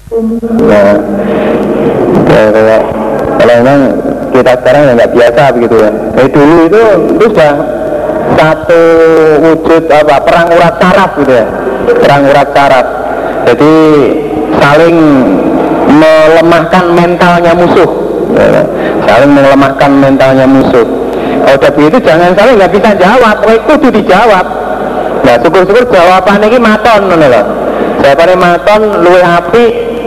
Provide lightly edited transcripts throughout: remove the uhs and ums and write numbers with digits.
Nah, kalau memang kita sekarang ya nggak biasa begitu ya. Dulu itu sudah satu wujud perang urat saraf gitu ya, perang urat saraf. Jadi saling melemahkan mentalnya musuh, ya, saling melemahkan mentalnya musuh. Kalau udah begitu jangan saling nggak bisa jawab, itu dijawab. Nah syukur-syukur jawaban ini maton, loh. Jawabannya maton, luwe api.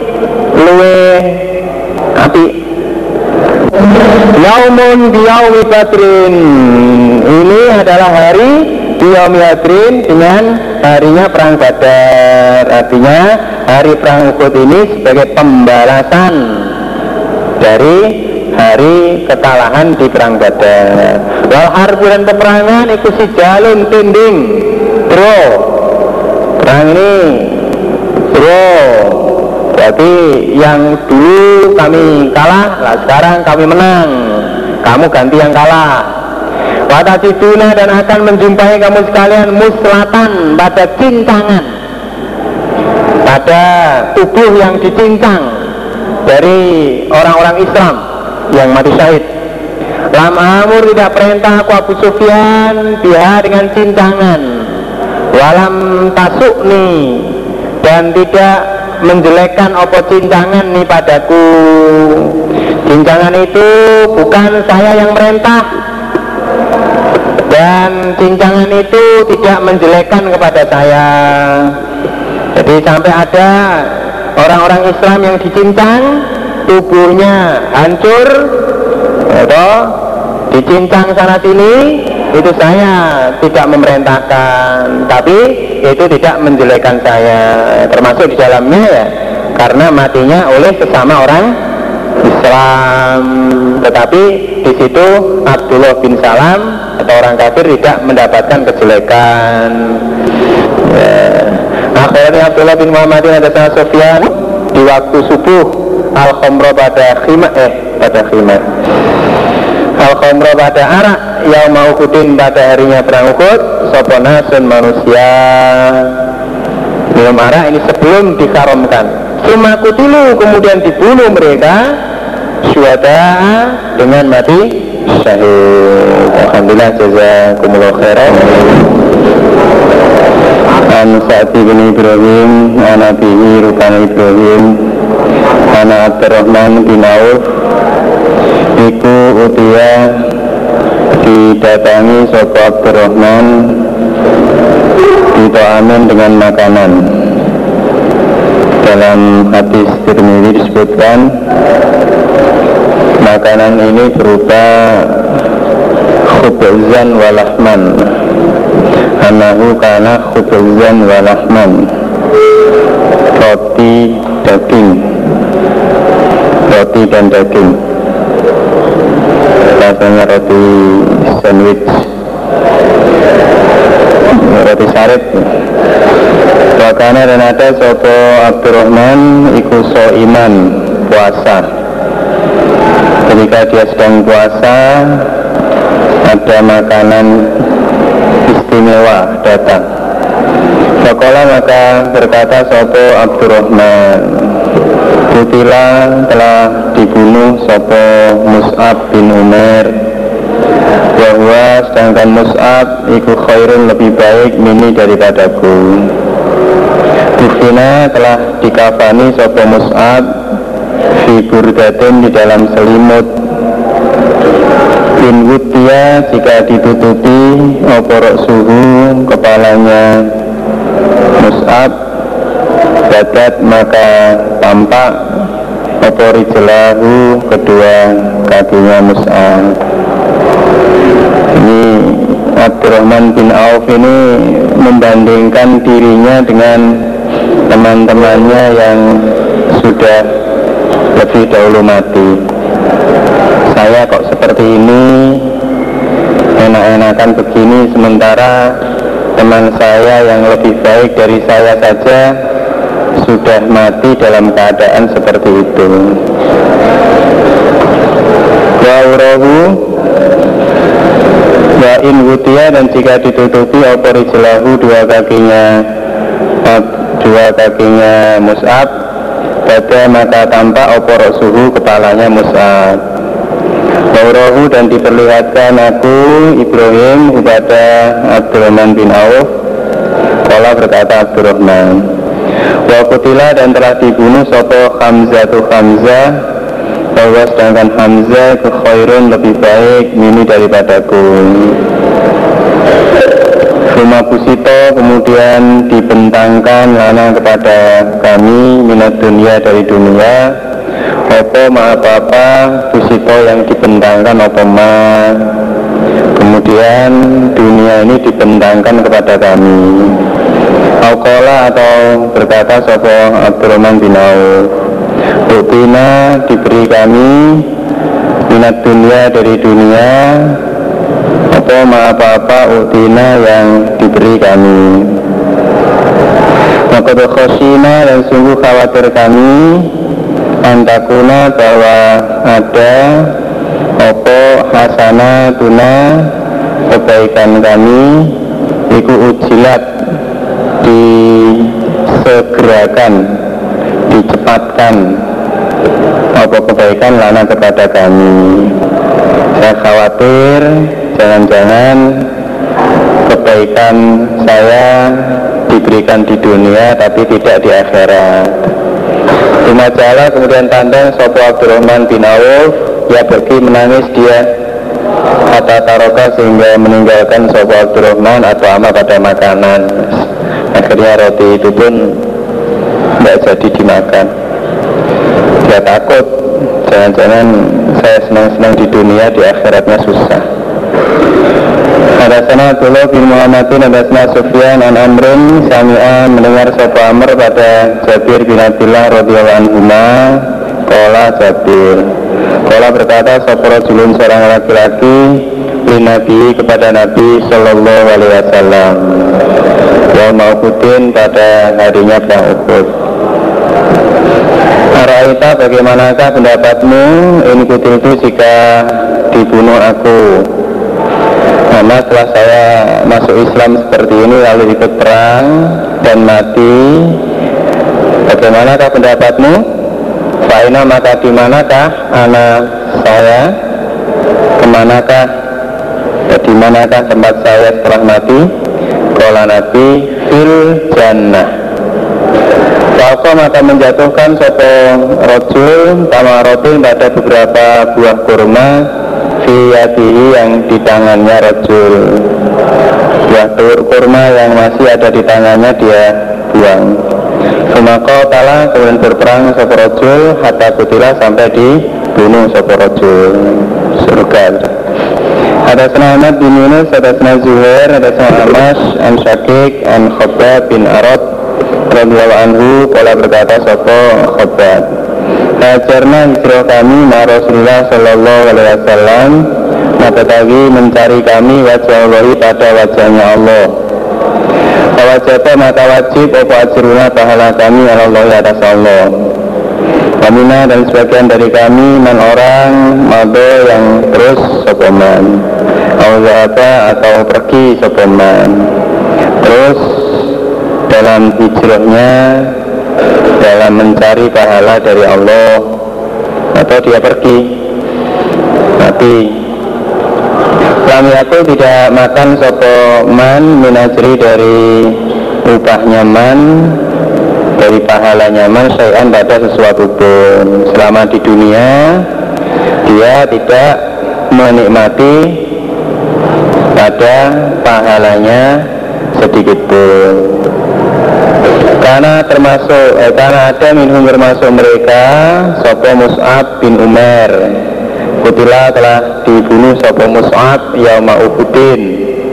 Yaumun biyaumi badrin, ini adalah hari biyaumi badrin dengan harinya perang Badar. Artinya hari perang Uhud ini sebagai pembalasan dari hari kekalahan di perang Badar. Wal harbu dan peperangan itu si jalun tinding, bro. Perang ini bro, berarti yang dulu kami kalah, nah sekarang kami menang, kamu ganti yang kalah. Watasiduna, dan akan menjumpai kamu sekalian muslatan, pada cincangan, pada tubuh yang dicincang dari orang-orang Islam yang mati syahid. Lam amur, tidak perintah aku Abu Sufyan dia dengan cincangan. Walam tasukni, dan tidak menjelekkan opo cincangan nih padaku. Cincangan itu bukan saya yang merintah, dan cincangan itu tidak menjelekkan kepada saya. Jadi sampai ada orang-orang Islam yang dicincang, tubuhnya hancur, atau dicincang sana sini, itu saya tidak memerintahkan, tapi itu tidak menjelekkan saya, termasuk di dalamnya ya, karena matinya oleh sesama orang Islam. Tetapi di situ Abdullah bin Salam atau orang kafir tidak mendapatkan kejelekan. Akhirnya Abdullah bin Muhammadin ada salah Sufyan di waktu subuh al-khomro pada khimar al-khomro pada arak yang mau Uhudin pada harinya perang Uhud, soponasun manusia minum arak ini sebelum dikaramkan. Suma kutilu, kemudian dibunuh mereka syuhada dengan mati syahid. Alhamdulillah, jazakumullah khairan. An Sa'di bin Ibrahim, an Abihi Rukan Ibrahim, an Abdurrahman bin Auf, iku utia didatangi sapa Abdurrahman dita'amin dengan makanan. Dalam hadis Tirmidzi disebutkan makanan ini berupa khubzan walahman, anahu kana khubzan walahman, roti dan daging, rasanya roti sandwich, roti sarit. Wakana, dan ada sopo Abdurrahman iku so'iman, puasa. Ketika dia sedang puasa, ada makanan istimewa datang. Fakola, maka berkata sopo Abdurrahman, Kutila, telah dibunuh sopo Mus'ab bin Umair, bahwa sedangkan Mus'ab iku khairun, lebih baik mini daripadaku. Buktina, telah dikafani sopo Mus'ab fi burdatin, di dalam selimut. In wutia, jika ditutupi oporok suhu kepalanya Mus'ab, badat maka tampak opori jelahu kedua kakinya Mus'ab. Ini Abdurrahman bin Auf ini membandingkan dirinya dengan teman-temannya yang sudah lebih dahulu mati. Saya kok seperti ini, enak-enakan begini, sementara teman saya yang lebih baik dari saya saja sudah mati dalam keadaan seperti itu. Wa'urahu wa'in wutia, dan jika ditutupi opori jelahu dua kakinya Mus'ab, Pada maka tampak opor suhu kepalanya Mus'ab. Waurahu dan diperlihatkan aku Ibrahim kepada Abdurrahman bin Auf. Kala berkata Abdurrahman, wa qutila dan telah dibunuh sopo Hamzah tu Hamzah, bahwa sedangkan Hamzah ke khairun lebih baik mini daripadaku. Suma pusito kemudian dibentangkan lana kepada kami minat dunia dari dunia. Opo ma apa-apa pusito yang dibentangkan opo ma. Kemudian dunia ini dibentangkan kepada kami. Auqala atau berkata sopo Abdurrahman bin Auf, Buktina diberi kami minat dunia dari dunia. Apa-apa utina yang diberi kami. Maka khosyina dan sungguh khawatir kami antakuna bahwa ada opo hasana tuna kebaikan kami iku ujilat disegerakan, dicepatkan apa kebaikan lana kepada kami. Saya khawatir jangan-jangan kebaikan saya diberikan di dunia tapi tidak di akhirat. Rumajala kemudian tandang sopo Abdurrahman bin Auf, ya pergi menangis dia kata taroka sehingga meninggalkan sopo Abdurrahman atau ama pada makanan. Akhirnya roti itu pun tidak jadi dimakan. Dia takut jangan-jangan saya senang-senang di dunia, di akhiratnya susah. Hadasana Abdullah bin Muhammadin, hadasana Sufyan an Amrin sami'a mendengar sapa Amr pada Jabir bin Abdullah radhiyallahu anhuma. Qala Jabir, qala berkata sapa rajulun seorang laki-laki lin Nabi kepada Nabi sallallahu alaihi wasallam, yaum Uhudin pada harinya perang Uhud. Araita bagaimanakah pendapatmu in kutiltu jika dibunuh aku? Karena setelah saya masuk Islam seperti ini lalu ikut perang dan mati, bagaimanakah pendapatmu? Fa'ina maka dimanakah anak saya? Kemanakah? Dimanakah tempat saya setelah mati? Qala Nabi fil jannah. Fa'qa maka menjatuhkan sopo rojul tamarotin pada beberapa buah kurma fiyadihi yang di tangannya rajul. Buah kurma yang masih ada di tangannya dia buang. Sumako tala kemudian berperang sopo rajul hatta kutila sampai dibunuh sopo rajul. Surga. Hadasana Ahmad bin Yunus, hadasana Zuhair, hadasana Amash an Syakik an Khabbab bin Arad radhiyallahu anhu. Kala berkata sopo Khabbab, Hajarna hijrah kami ma Rasulullah sallallahu alaihi wasallam, mengetahui mencari kami wajah Allah pada wajahnya Allah. Wajibah maka wajib apa ajruna pahala kami Allah atas Allah. Kamina dan sebagian dari kami man orang mado yang terus sopeman, Allah atau pergi sopeman. Terus dalam hijrahnya, dalam mencari pahala dari Allah, atau dia pergi mati. Kami aku tidak makan sopo man minajri dari upahnya man, dari pahalanya man syai'an pada sesuatu pun. Selama di dunia dia tidak menikmati pada pahalanya sedikit pun. Karena ada minhum termasuk mereka sopo Mus'ab bin Umar, kutila telah dibunuh sopo Mus'ab yauma Uhudin.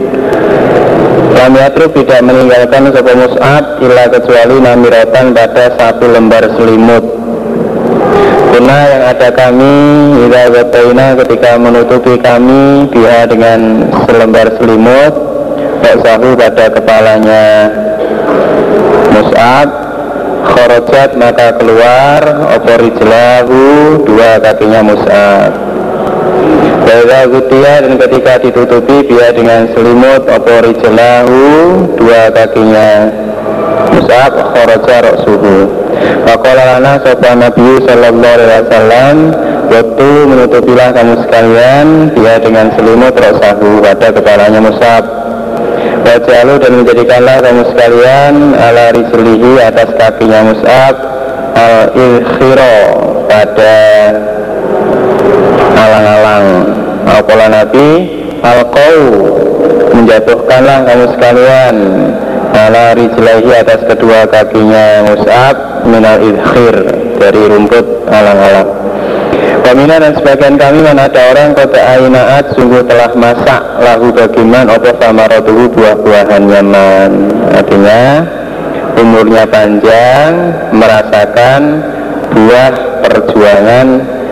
Lam yatruk tidak meninggalkan sopo Mus'ab illa kecuali namiratan pada satu lembar selimut. Kuna yang ada kami idza wataina ketika menutupi kami biha dengan selembar selimut, baksahu pada kepalanya Mus'ab, kharajat maka keluar oporijlahu dua kakinya Mus'ab. Bahwa gutia dan ketika ditutupi dia dengan selimut oporijlahu dua kakinya Mus'ab kharaja ra'suhu. Faqala lana sapa Nabi sallallahu alaihi wasallam, waktu menutupilah kamu sekalian dia dengan selimut ra'sahu, pada kepalanya Mus'ab. Wajalu, dan menjadikanlah kamu sekalian ala rijlihi, atas kakinya Mus'ab, al-ilkhiro, pada alang-alang. Qala Nabi, alqau, menjatuhkanlah kamu sekalian ala rijlaihi, atas kedua kakinya Mus'ab, minal idkhir, dari rumput alang-alang. Pamina, dan sebagian kami mana ada orang kota ainaat, sungguh telah masak lahu bagiman opo samaratuhu, buah-buahannya man. Artinya umurnya panjang, merasakan buah perjuangan,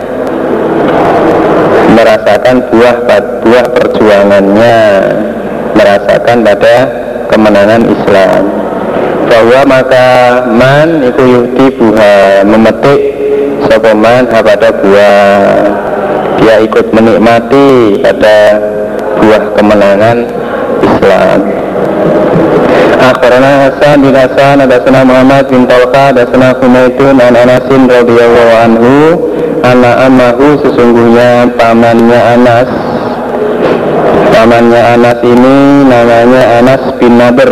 merasakan buah perjuangannya, merasakan pada kemenangan Islam. Bahwa maka man iku yuhdi buha, memetik sokoman pada buah, dia ikut menikmati pada buah kemenangan Islam. Akhirana Hasan bin Hasan, hadasana Muhammad bin Talqa, hadasana Humaydun an Anasin radhiyallahu anhu, anna amahu, sesungguhnya pamannya Anas ini namanya Anas bin Nadr.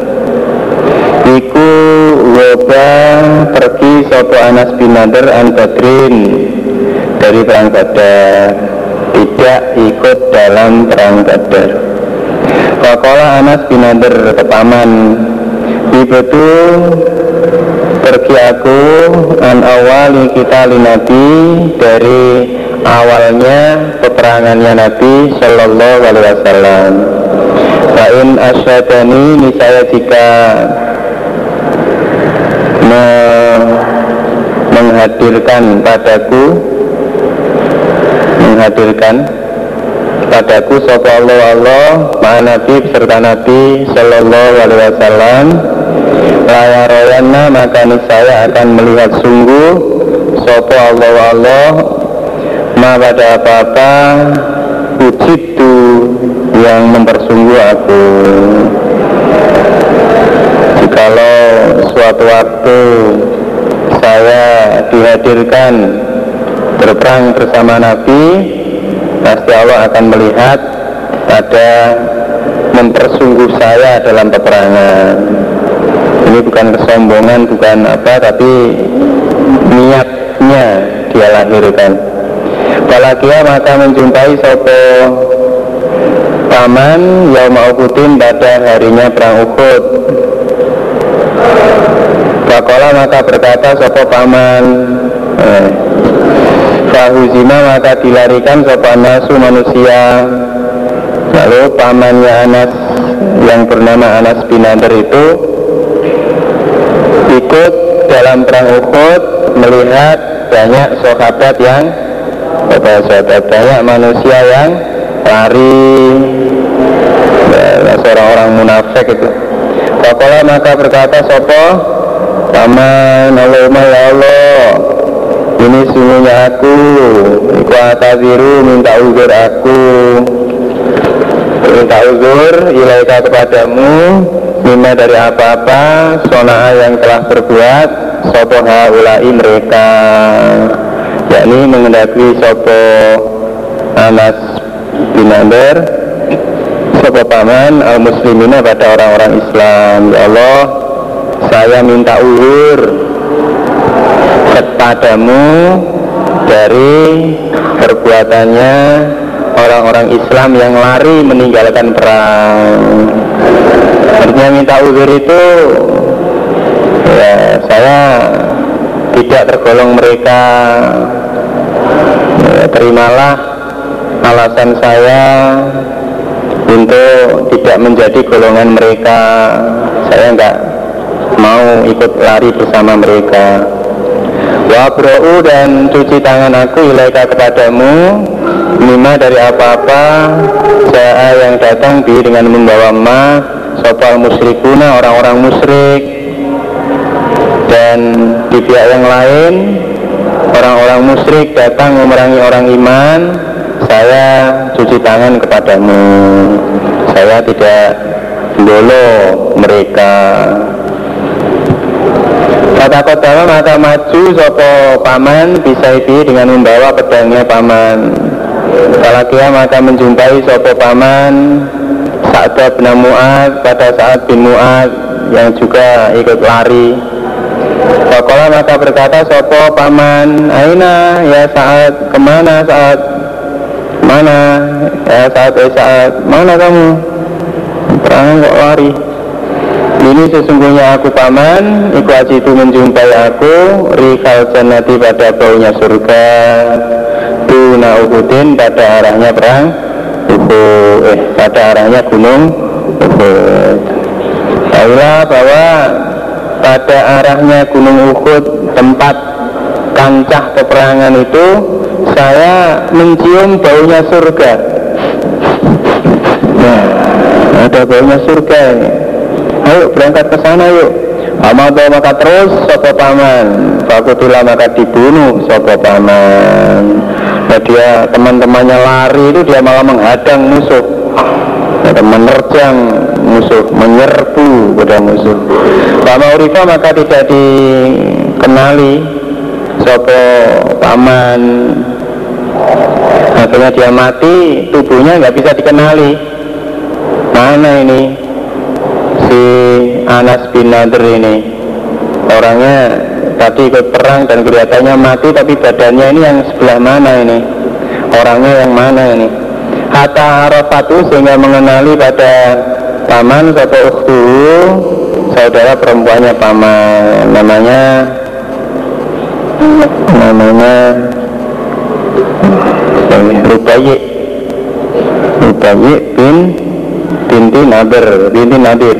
Iku woba pergi sopo Anas bin Nadr an Badrin, dari perang Badar, tidak ikut dalam perang Badar. Faqala Anas bin Nadr ke paman, ibetu pergi aku an awali kita li Nabi, dari awalnya peperangannya Nabi Sallallahu Alaihi Wasallam. Fa'in asyadani, niscaya jika menghadirkan padaku sapa Allah ma'a Nabi, beserta Nabi Sallallahu Alaihi Wasallam, layaroyanna, maka niscaya akan melihat sungguh sapa Allah ma pada apa-apa ujitu yang mempersungguh aku. Jikalau suatu waktu saya dihadirkan berperang bersama Nabi, pasti Allah akan melihat ada mempersungguh saya dalam peperangan. Ini bukan kesombongan, bukan apa, tapi niatnya dia lahirkan. Walakia, maka menjumpai sopo paman yauma Uhudin, pada harinya perang Uhud. Faqala, maka berkata sopo paman, fahuzima, maka dilarikan sopo nasu, manusia. Lalu pamannya Anas yang bernama Anas bin Nadr itu ikut dalam perang Uhud, melihat banyak sahabat yang banyak manusia yang lari, seorang-orang munafik itu. Faqala, maka berkata sopo paman, Allahumma ya Allah, ini sungguhnya aku, iku ataziru, minta uzur aku, minta uzur ilaika kepadamu, mimma dari apa-apa, sona'a yang telah berbuat sopo haulai mereka, yakni mengendaki sopo Anas bin Nadr, sopo paman al-muslimina, pada orang-orang Islam. Ya Allah, saya minta uzur kepadamu dari perbuatannya orang-orang Islam yang lari meninggalkan perang. Artinya minta uzur itu, ya, saya tidak tergolong mereka, ya, terimalah alasan saya untuk tidak menjadi golongan mereka. Saya enggak mau ikut lari bersama mereka. Wabra'u, dan cuci tangan aku ilaika kepadamu, mimma dari apa-apa ja'a yang datang bi dengan membawa ma sopal musyrikuna, orang-orang musyrik. Dan di pihak yang lain orang-orang musyrik datang memerangi orang iman, saya cuci tangan kepadamu, saya tidak dolo mereka. Kota-kota maka maju sopo paman bisa dengan membawa pedangnya paman. Falakia maka menjumpai sopo paman Sa'ad bin Mu'ad pada Sa'ad bin Mu'ad yang juga ikut lari. Faqala maka berkata sopo paman, aina ya Sa'ad, kemana Sa'ad? Mana ya Sa'ad, Sa'ad, mana kamu? Perang kok lari? Ini sesungguhnya aku paman, iku ajitu menjumpai aku rikal jannati pada baunya surga, tuna Uhudin pada arahnya perang Uhud, pada arahnya gunung Uhud. Tahulah bahwa pada arahnya gunung Uhud, tempat kancah peperangan itu, saya mencium baunya surga. Nah, ada baunya surga ini. Ayo berangkat ke sana yuk. Amado maka terus sopo paman, fakutila maka dibunuh sopo paman. Nah, dia teman-temannya lari itu dia malah menghadang musuh, menerjang musuh, menyerbu pada musuh. Pama urifa maka tidak dikenali sopo paman. Akhirnya dia mati, tubuhnya nggak bisa dikenali. Mana ini si Anas bin Nadir ini, orangnya tadi ikut perang dan kelihatannya mati, tapi badannya ini yang sebelah mana ini, orangnya yang mana ini. Hatta arafatu sehingga mengenali pada paman satu ukhtu, saudara perempuannya paman, namanya Rubayyi binti Nadir,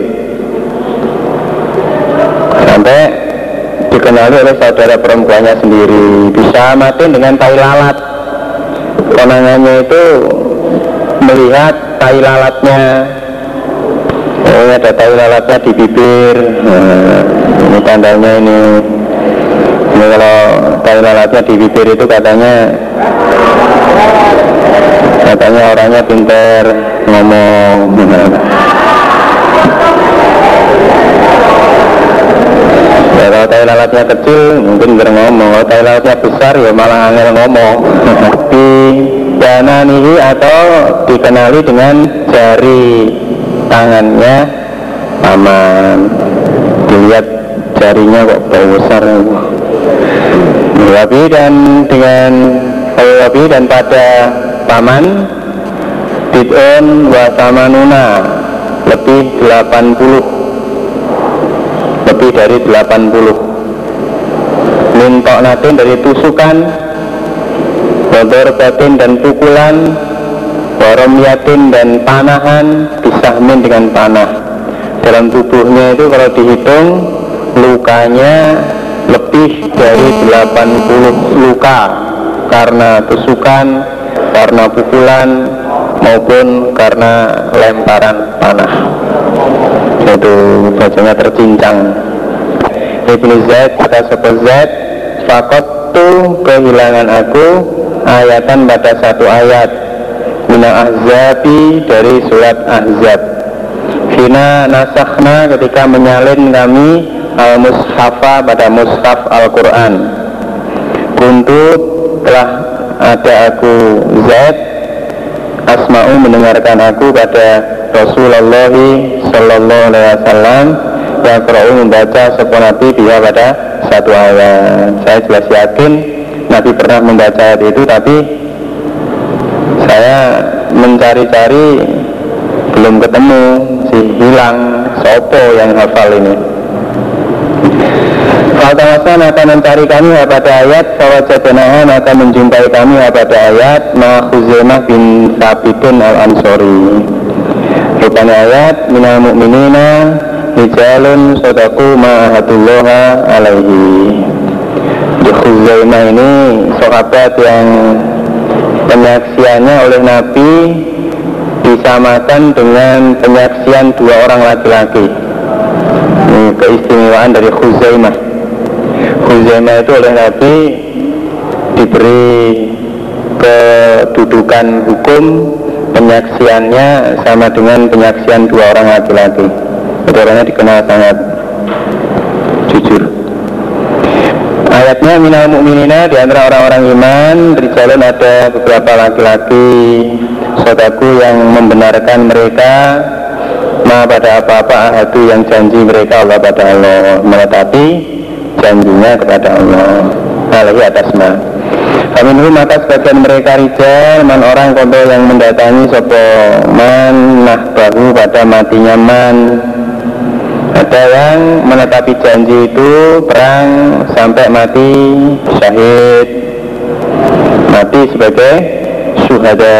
sampai dikenali oleh saudara perempuannya sendiri. Bisa mati dengan tai lalat. Konangannya itu melihat tai lalatnya. Oh, ada tai lalatnya di bibir. Ini tandanya ini. Ini kalau tai lalatnya di bibir itu katanya orangnya pintar ngomong. Ya, kalau tai lalatnya kecil mungkin ngomong, kalau tai lalatnya besar ya malah angel ngomong. Di dananihi atau dikenali dengan jari tangannya paman. Dilihat jarinya kok besar. Wabi dan pada paman bid'un wa samanuna, lebih dari 80 mintok natin dari tusukan, bodor batin dan pukulan, waromyatin dan panahan, disahmin dengan panah. Dalam tubuhnya itu kalau dihitung lukanya lebih dari 80 luka karena tusukan, karena pukulan maupun karena lemparan panah. Itu bacanya tercincang. Ibnu Zaid kata sebab Zaid, fakotu kehilangan aku ayatan pada satu ayat mina ahzabi dari surat Ahzab. Hina nasakhna ketika menyalin kami al-mushafa pada mushaf Al-Quran. Kuntu telah ada aku Zaid asma'u mendengarkan aku pada Rasulullah sallallahu alaihi wasallam yang Qur'an membaca sepuluh Nabi dia pada satu ayat. Saya jelas yakin Nabi pernah membaca ayat itu, tapi saya mencari-cari belum ketemu, hilang sopo yang hafal ini. Al-Tawasan akan mencari kami pada ayat Fawajadanahan akan menjumpai kami pada ayat Ma Khuzaimah bin Thabitun al-Ansori. Rupanya ayat Minal mu'minina Rijalun sodaku ma'ahadullaha alaihi. Di Khuzaimah ini sahabat yang penyaksiannya oleh Nabi disamakan dengan penyaksian dua orang laki-laki. Ini keistimewaan dari Khuzaimah. Khuzaimah itu oleh Nabi diberi kedudukan hukum penyaksiannya sama dengan penyaksian dua orang laki-laki. Itu orangnya dikenal sangat jujur. ayatnya minal mu'minina, di antara orang-orang iman rijalun, ada beberapa laki-laki sodaku yang membenarkan mereka pada apa-apa ahadu yang janji mereka Allah pada Allah, menetapi janjinya kepada Allah alaihi atasma. Faminhu, maka sebagian mereka rijal man orang kodo yang mendatangi sopo man nahbahu pada matinya man. Ada yang menetapi janji itu perang sampai mati syahid, mati sebagai syuhada.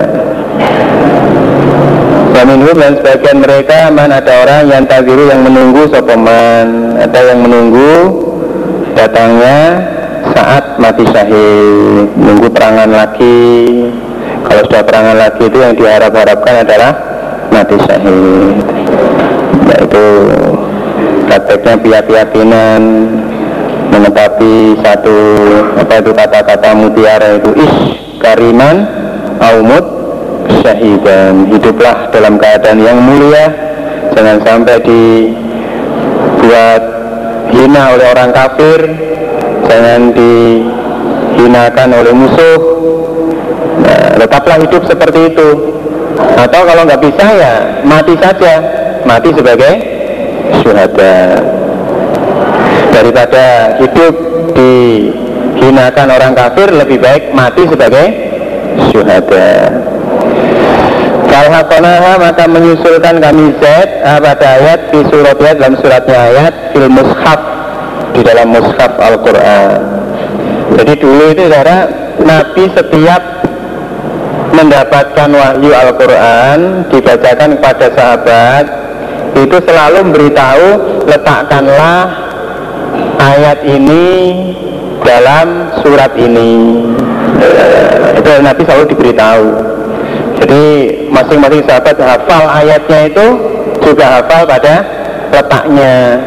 Minhum, dan sebagian mereka man, ada orang yang taziru yang menunggu sopeman, ada yang menunggu datangnya saat mati syahid, menunggu perangan lagi. Kalau sudah perangan lagi itu yang diharap-harapkan adalah mati syahid, yaitu prakteknya piat-piatinan menetapi satu kata-kata mutiara itu kariman aumut syahidan, hiduplah dalam keadaan yang mulia, jangan sampai dibuat hina oleh orang kafir, jangan dihinakan oleh musuh. Nah, tetaplah hidup seperti itu. Atau kalau nggak bisa ya mati saja, mati sebagai syuhada, daripada hidup dihinakan orang kafir, lebih baik mati sebagai syuhada. Kalhakonaha, maka menyusulkan kami Zaid pada ayat di surat ayat, dalam suratnya ayat fil mushaf, di dalam mushaf Al-Quran. Jadi dulu itu saudara, Nabi setiap mendapatkan wahyu Al-Quran dibacakan kepada sahabat, itu selalu memberitahu letakkanlah ayat ini dalam surat ini. Itu Nabi selalu diberitahu. Jadi masing-masing sahabat hafal ayatnya itu juga hafal pada letaknya,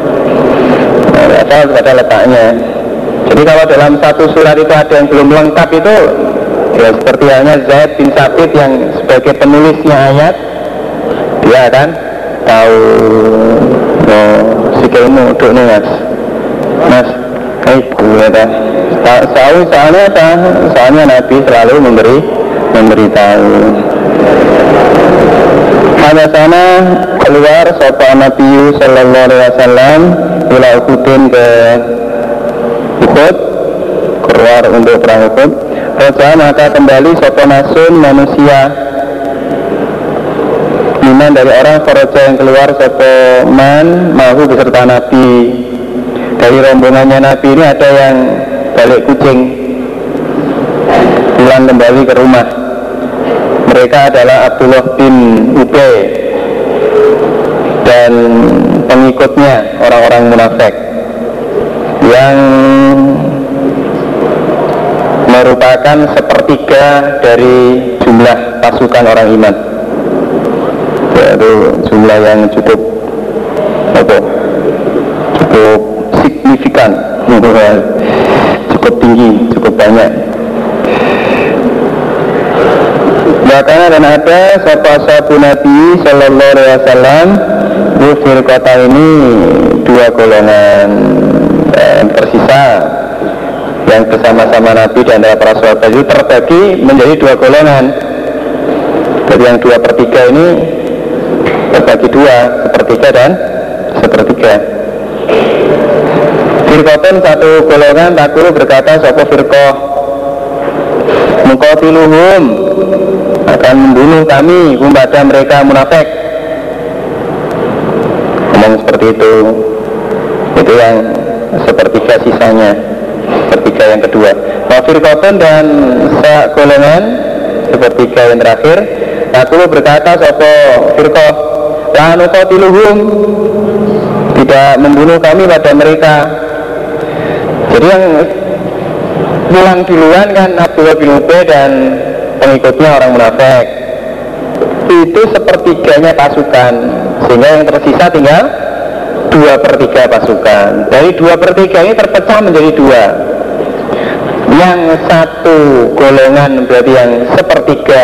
Jadi kalau dalam satu surat itu ada yang belum lengkap itu, ya seperti halnya Zaid bin Sabit yang sebagai penulisnya ayat, dia akan tahu. Si kamu duduk nih mas, soalnya Nabi selalu memberitahu. Pada sana keluar sopa Nabi Sallallahu Alaihi Wasallam ila Uhudin, ke Uhud, keluar untuk perang Uhud. Raja, maka kembali sopa nasun manusia iman dari orang Faraja yang keluar sopa man mahu beserta Nabi. Dari rombongannya Nabi ini ada yang balik kucing, pulang kembali ke rumah. Mereka adalah Abdullah bin Ubay dan pengikutnya orang-orang munafik yang merupakan sepertiga dari jumlah pasukan orang iman, yaitu jumlah yang cukup signifikan, cukup tinggi, cukup banyak. Bahkan dan ada sahabat Nabi Sallallahu Alaihi Wasallam di firqata ini dua golongan, dan tersisa yang bersama-sama Nabi dan para sahabat itu terbagi menjadi dua golongan. Jadi yang 2/3 ini terbagi dua, sepertiga dan sepertiga. Firqatun, satu golongan, takulu berkata sapa firqah, muqatiluhum, akan membunuh kami kepada mereka munafik. Ngomong seperti itu yang sepertiga sisanya, sepertiga yang kedua. Wafir koton, dan segolongan sepertiga yang terakhir, aku berkata sopo firqah la nuqatiluhum, tidak membunuh kami pada mereka. Jadi yang pulang duluan kan Abdullah bin Ubay dan pengikutnya orang munafik, itu sepertiganya pasukan, sehingga yang tersisa tinggal 2/3 pasukan. Dari 2/3 ini terpecah menjadi dua. Yang satu golongan berarti yang sepertiga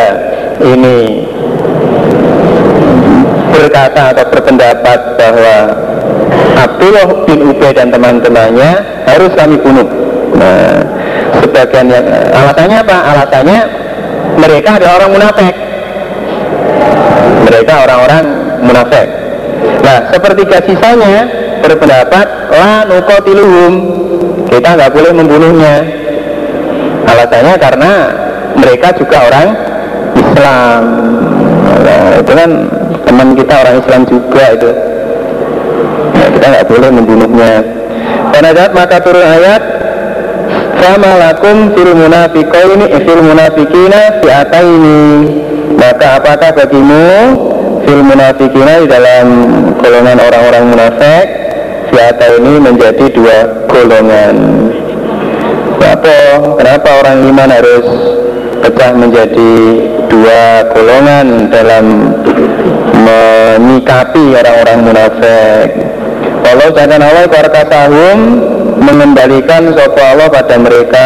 ini berkata atau berpendapat bahwa Abdullah bin Ubay dan teman-temannya harus kami bunuh. Nah, sebagian yang alasannya apa? Alasannya mereka adalah orang munafik. Mereka orang-orang munafik. Nah, sepertiga sisanya berpendapat la nuqatiluhum, kita nggak boleh membunuhnya. Alasannya karena mereka juga orang Islam. Nah, itu kan teman kita orang Islam juga itu. Nah, kita nggak boleh membunuhnya. Dan maka turun ayat sama lakum fil munafikina fi'ataini. Maka apakah bagimu fil munafikina di dalam golongan orang-orang munafik fi'ataini menjadi dua golongan. Kenapa orang iman harus pecah menjadi dua golongan dalam menyikapi orang-orang munafik? Kalau jangan Allah karkasahum, mengembalikan sapa Allah pada mereka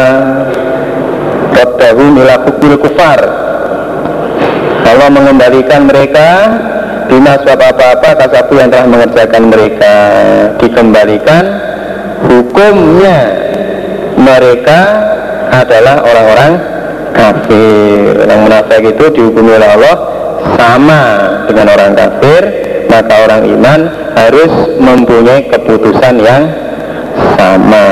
qaddahum ila hukmil kufar. Allah mengembalikan mereka bima sebab apa-apa kasabu yang telah mengerjakan mereka, dikembalikan hukumnya mereka adalah orang-orang kafir. Orang munafik itu dihukumi oleh Allah sama dengan orang kafir, maka orang iman harus mempunyai keputusan yang sama.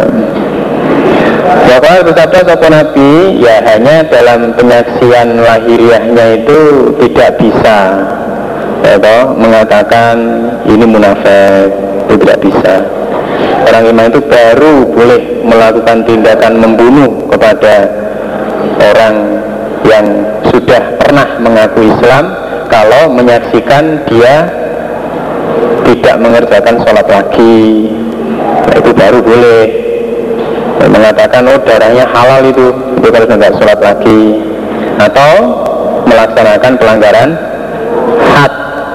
Bahwa bersabda sapa Nabi, ya hanya dalam penyaksian lahiriahnya itu tidak bisa mengatakan ini munafik, itu tidak bisa. Orang iman itu baru boleh melakukan tindakan membunuh kepada orang yang sudah pernah mengaku Islam kalau menyaksikan dia tidak mengerjakan sholat lagi. Nah, itu baru boleh mengatakan oh darahnya halal itu kalau tidak sholat lagi, atau melaksanakan pelanggaran had,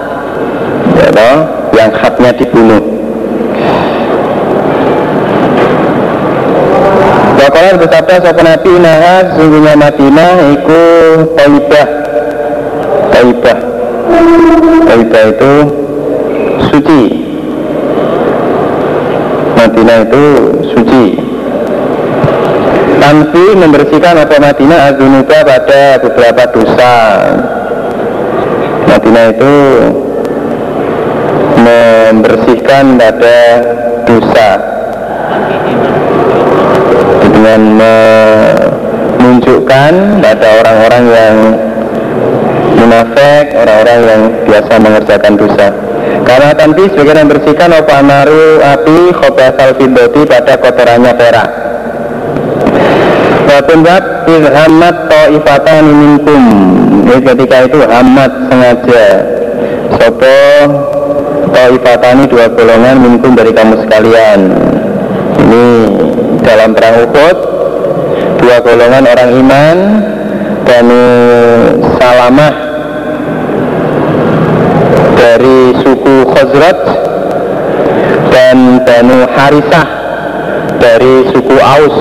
yang hadnya dibunuh. Bakalan bersabda sapa Nabi, nah sesungguhnya Madinah iku Thaibah. Thaibah itu suci. Madinah itu suci. Tanfi membersihkan apa Madinah azunuba pada beberapa dosa. Madinah itu membersihkan pada dosa dengan menunjukkan pada orang-orang yang munafik, orang-orang yang biasa mengerjakan dosa. Karena tanfi sebagian membersihkan apa naru api khobasal fiddoti pada kotorannya perak. Wabunbat izhamat ta'ifatan minkum. Jadi ketika itu hamat sengaja sopo ta'ifatani dua golongan minkum dari kamu sekalian. Ini dalam perang Uhud, dua golongan orang iman, Banu Salamah dari suku Khazraj dan Banu Harisah dari suku Aus,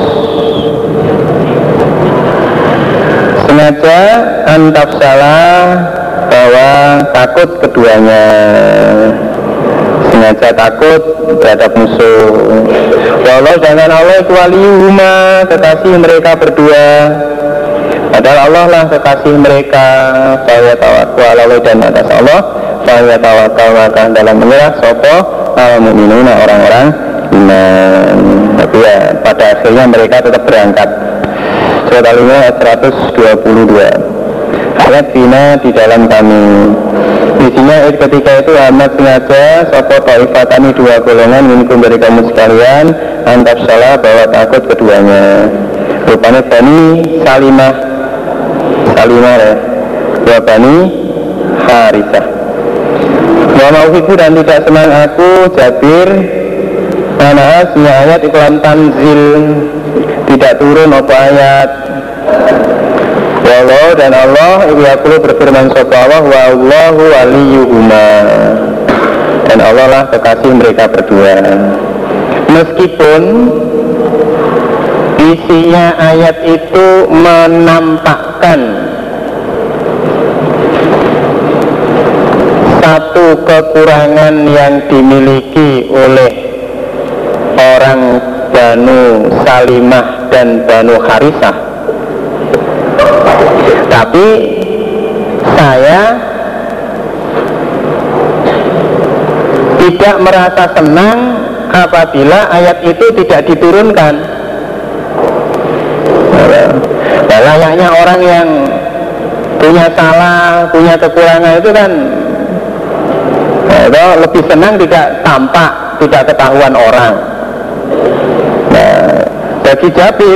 sengaja antafsalah bahwa takut keduanya, sengaja takut terhadap musuh. Allah jangan Allah itu waliyuhuma, kekasih mereka berdua, padahal Allah lah kekasih mereka. Saya tawakal Allah dan atas Allah, saya tawakal maka dalam menyerah sopo al-mu'minuna orang-orang iman. Tapi ya pada akhirnya mereka tetap berangkat. Surat Al-Imran 122 ayat bina di dalam kami. Isinya ketika itu amat sengaja sopo ta'ifatani dua golongan minkum dari kamu sekalian antaf salah bahwa takut keduanya. Rupanya Bani Salimah ya, dua Bani Harisah. Wa ma'ufiku dan tidak senang aku Jabir Anasnya ayat iklan tanzil, tidak turun apa ayat. Wallahu dan Allah Ibu berfirman sapa Allah wa Allahu waliyuhuma, dan Allah lah kekasih mereka berdua. Meskipun isinya ayat itu menampakkan satu kekurangan yang dimiliki oleh orang Banu Salimah dan Banu Harisah, tapi saya tidak merasa senang apabila ayat itu tidak diturunkan. Layaknya orang yang punya salah, punya kekurangan itu kan lebih senang tidak tampak, tidak ketahuan orang. Bagi Jabir,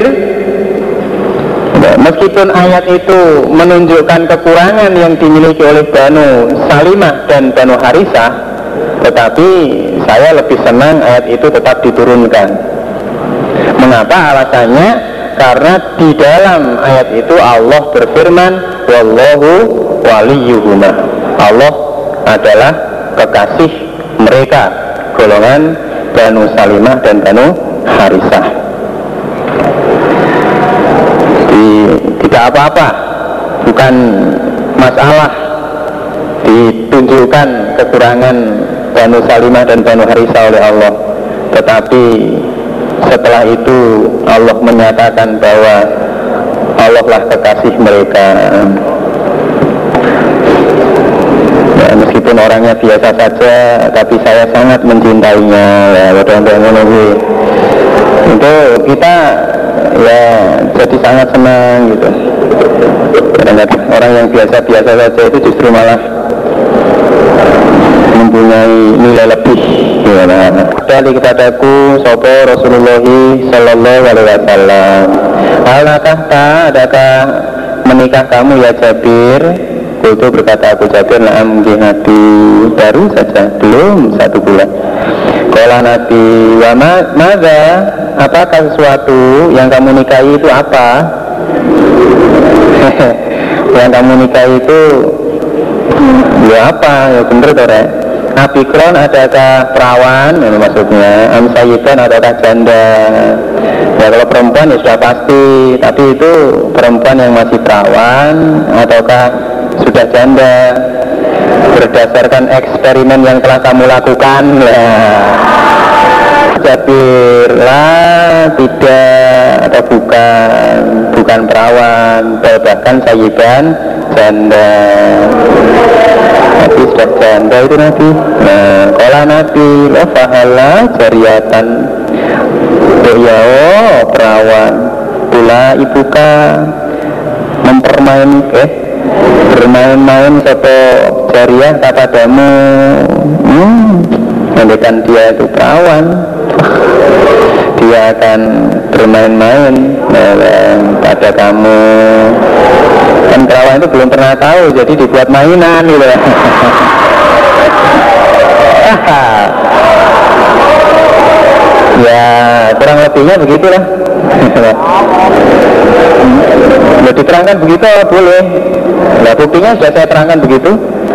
meskipun ayat itu menunjukkan kekurangan yang dimiliki oleh Banu Salimah dan Banu Harisah, tetapi saya lebih senang ayat itu tetap diturunkan. Mengapa? Alasannya karena di dalam ayat itu Allah berfirman, wallahu waliyuhuma, Allah adalah kekasih mereka, golongan Banu Salimah dan Banu Harisah. Tidak apa-apa, bukan masalah ditunjukkan kekurangan Banu Salimah dan Banu Harisah oleh Allah, tetapi setelah itu Allah menyatakan bahwa Allah lah kekasih mereka. Ya, meskipun orangnya biasa saja, tapi saya sangat mencintainya. Ya, itu kita ya jadi sangat senang gitu. Kadang-kadang orang yang biasa-biasa saja itu justru malah mempunyai nilai lebih. Dari kepadaku sopo Rasulullah Sallallahu Alaihi Wasallam, adakah menikah kamu ya Jabir? Kultu berkata aku Jabir, naam Nabi, baru saja, belum 1 bulan. Kala Nabi, wa mada, apakah sesuatu yang kamu nikahi itu apa? Yang kamu nikahi itu ya apa? Ya bener tuh Rek. Abikron adakah perawan, ini maksudnya, amsayiban adakah janda. Ya kalau perempuan ya sudah pasti, tapi itu perempuan yang masih perawan ataukah sudah janda, berdasarkan eksperimen yang telah kamu lakukan. Jabir lah, tidak, atau bukan perawan, bahkan sayiban janda. Nabi sudah janda itu Nabi. Nah, kalau Nabi fahala jariatan, ya perawan, pula ibuka bermain-main satu jariah kepadamu. Andaikan dia itu perawan, dia akan bermain-main pada kamu. Kan perawan itu belum pernah tahu, jadi dibuat mainan gitu ya. Ya kurang lebihnya begitulah. Ya diterangkan begitu boleh. Nah buktinya sudah saya terangkan begitu.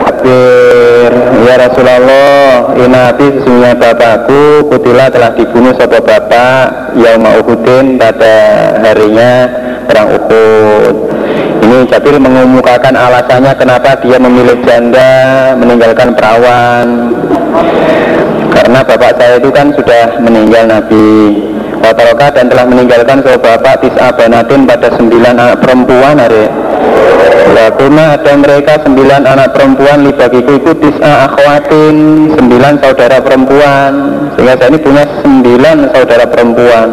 Ya Rasulullah, Nabi sesungguhnya bapakku kutila telah dibunuh sama bapak yauma Uhudin pada harinya perang Uhud. Ini Jabir mengemukakan alasannya kenapa dia memilih janda meninggalkan perawan. Karena bapak saya itu kan sudah meninggal Nabi. Wataroka dan telah meninggalkan seorang bapak tis'a banatin pada 9 anak perempuan hari. Lakuna ada mereka 9 anak perempuan, libagiku itu tis'a akhwatin, 9 saudara perempuan. Sehingga saya ini punya 9 saudara perempuan.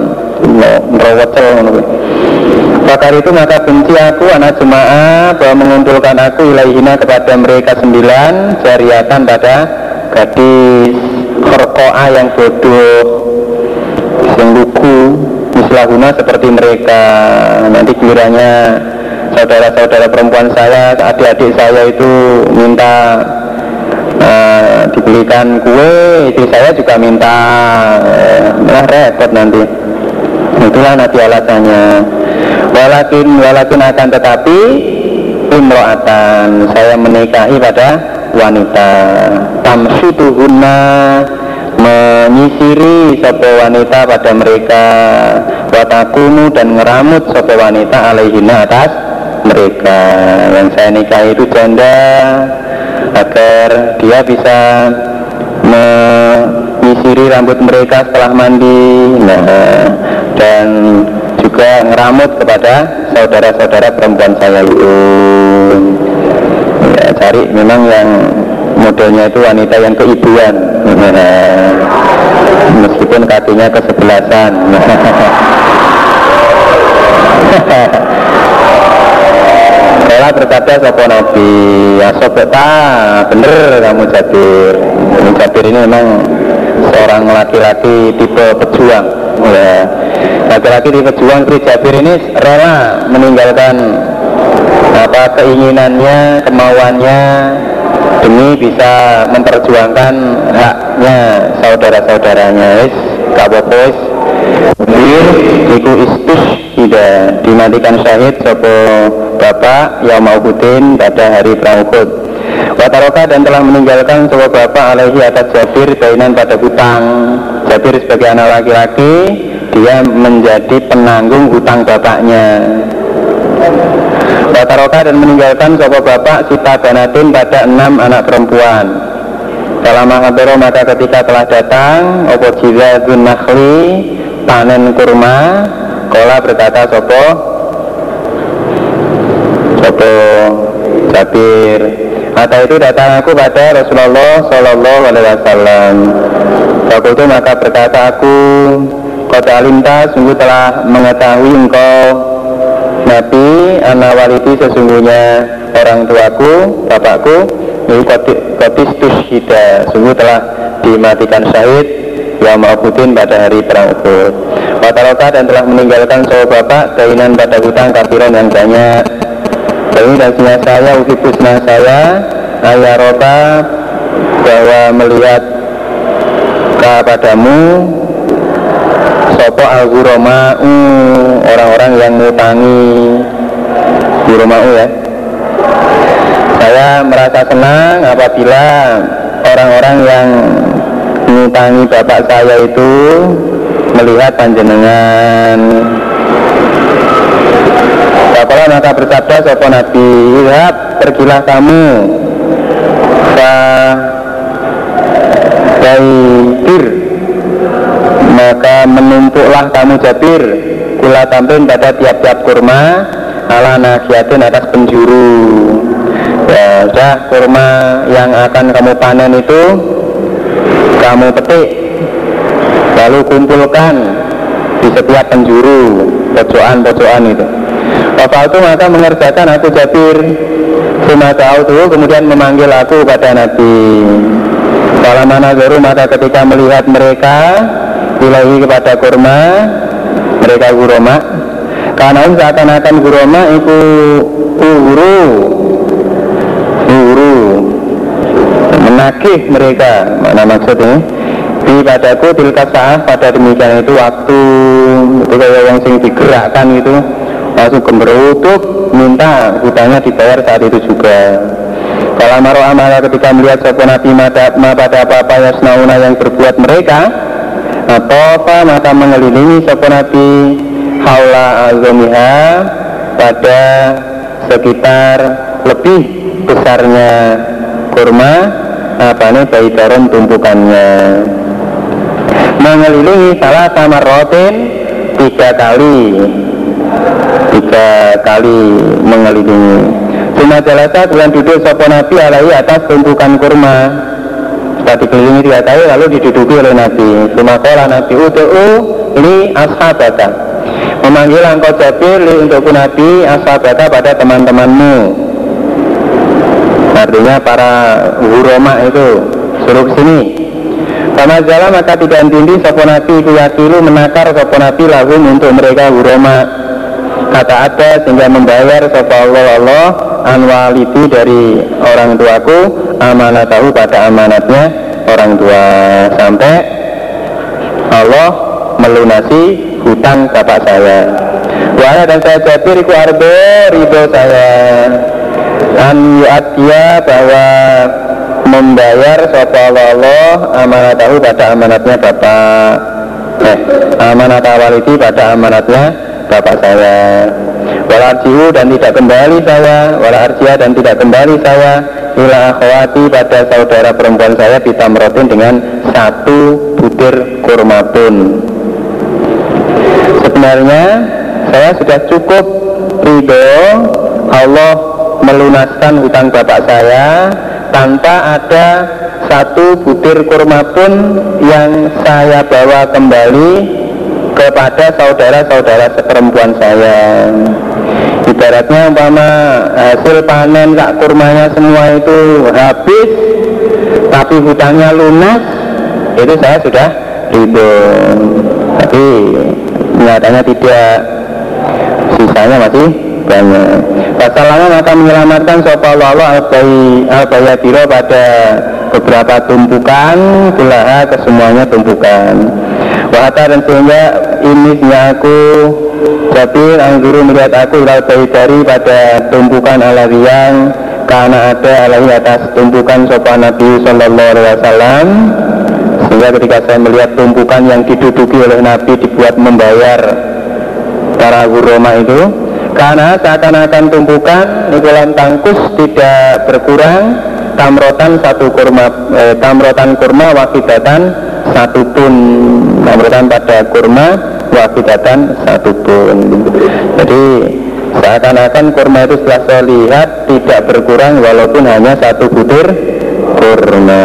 Bakar itu maka benci aku anak jemaah bahwa mengumpulkan aku ilaihina kepada mereka 9 jariatan pada gadis khorko'a yang bodoh, yang lugu, mislahuna seperti mereka. Nanti kiranya saudara-saudara perempuan saya, adik-adik saya itu minta dibelikan kue, istri saya juga minta, repot nanti. Itulah nanti alasannya. Walakin akan tetapi imro'atan, saya menikahi pada wanita tamsutuhunna, menyisiri sopo wanita pada mereka, watakunu dan ngeramut sopo wanita alaihina atas mereka. Yang saya nikahi itu janda agar dia bisa menyisiri rambut mereka setelah mandi, dan juga ngeramut kepada saudara-saudara perempuan saya itu. Ya, cari memang yang modelnya itu wanita yang keibuan, meskipun kakinya kesebelasan. Kala berkata sapa Nabi, ya sobeta, bener kamu Jabir. Ini Jabir ini memang seorang laki-laki tipe pejuang. Ya. Laki-laki tipe pejuang, Jabir ini rela meninggalkan keinginannya, kemauannya demi bisa memperjuangkan haknya saudara-saudaranya. Kabopos iku istus tidak dimatikan syahid sopo bapak Yaumauddin pada hari perang Uhud. Wataroka dan telah meninggalkan sopo bapak alaihi atas Jabir bainan pada hutang. Jabir sebagai anak laki-laki, dia menjadi penanggung hutang bapaknya. Wataroka dan meninggalkan sopo bapak sita banatin pada 6 anak perempuan. Dalam mahabero maka ketika telah datang opo jizadun nakhli panen kurma, kola berkata sopo Jabir, mata itu datang aku pada Rasulullah Sallallahu Alaihi Wasallam. Fakultu maka berkata aku, kota alimta sungguh telah mengetahui engkau Nabi ana walidi sesungguhnya orang tuaku, bapakku, ini kotis tushida, sungguh telah dimatikan syahid Yaumauddin pada hari perang Uhud. Wataroka dan telah meninggalkan sahabat bapak dainan pada hutang kafiran yang banyak. Ini dan saya ukibusna saya ayaroka bahwa melihat kepadamu sopo al-ghuroma'u orang-orang yang ngutangi. Ghuroma'u ya. Saya merasa senang apabila orang-orang yang ngutangi bapak saya itu melihat panjenengan. Bapak maka bersabda sapa Nabi, "Ihab, pergilah kamu Jabir, maka menumpuklah kamu Jabir kula tampin pada tiap-tiap kurma ala nafiatin atas penjuru." Ya, sudah kurma yang akan kamu panen itu kamu petik, lalu kumpulkan di setiap penjuru, pojokan-pojokan itu. Bapak itu maka mengerjakan aku Jabir. Sumatau itu kemudian memanggil aku pada Nabi. Kalau mana guru maka ketika melihat mereka ilahi kepada kurma, mereka guroma. Karena seakan-akan guroma itu guru menagih mereka. Mana maksudnya? Di padaku tilka saat pada demikian itu waktu itu kayak yang sing digerakkan itu langsung gemerutuk minta hutangnya dibayar saat itu juga. Kalau maru amala ketika melihat sopo Nabi pada apa-apa yasnauna yang berbuat mereka apa maka mengelilingi sopo Nabi haula azomiha pada sekitar lebih besarnya kurma bayi taron tumpukannya, mengelilingi salah sama rotin 3 kali mengelilingi. Cuma jalasa bulan duduk sopo Nabi alaihi atas tumpukan kurma. Setelah dikelilingi 3 kali lalu diduduki oleh Nabi. Cuma kola Nabi udu'u li ashabaka, memanggil engkau Jabir li untukku Nabi ashabaka pada teman-temanmu. Artinya para huroma itu suruh ke sini. Sama jalan maka tidak henti sopo Nabi itu yakilu menakar sopo Nabi lahum untuk mereka huroma. Kata ada sehingga membayar sopo Allah anwaliti dari orang tuaku amanatahu pada amanatnya orang tua, sampai Allah melunasi hutang bapak saya. Wala dan saya Jabir iku arbe ridho saya an dia bahwa membayar sopo Allah amanatahu pada amanatnya bapak amanat awaliti pada amanatnya bapak saya. Wala arjiu dan tidak kembali saya, wala arjia dan tidak kembali saya ila akhwati pada saudara perempuan saya bitamrotin dengan 1 butir kurma pun. Sebenarnya saya sudah cukup ridho Allah melunaskan hutang bapak saya tanpa ada 1 butir kurma pun yang saya bawa kembali kepada saudara-saudara seperempuan saya. Ibaratnya umpama hasil panen kak kurmanya semua itu habis tapi hutangnya lunas, itu saya sudah ridho. Tapi nyatanya tidak, sisanya masih banyak. Pasalnya maka menyelamatkan sopallahu al-bayadiro pada beberapa tumpukan, belaha kesemuanya tumpukan. Wahata dan sehingga ini aku Jabir angguru melihat aku al-bayadari pada tumpukan alawiyang, karena ada alawi atas tumpukan sopan Nabi Sallallahu Alaihi Wasallam. Sehingga ketika saya melihat tumpukan yang diduduki oleh Nabi dibuat membayar para guroma itu, karena seakan-akan tumpukan dalam tangkus tidak berkurang tamrotan kurma wakidatan 1 pun, tamrotan pada kurma wakidatan 1 pun. Jadi seakan-akan kurma itu setelah saya lihat tidak berkurang walaupun hanya 1 butir kurma.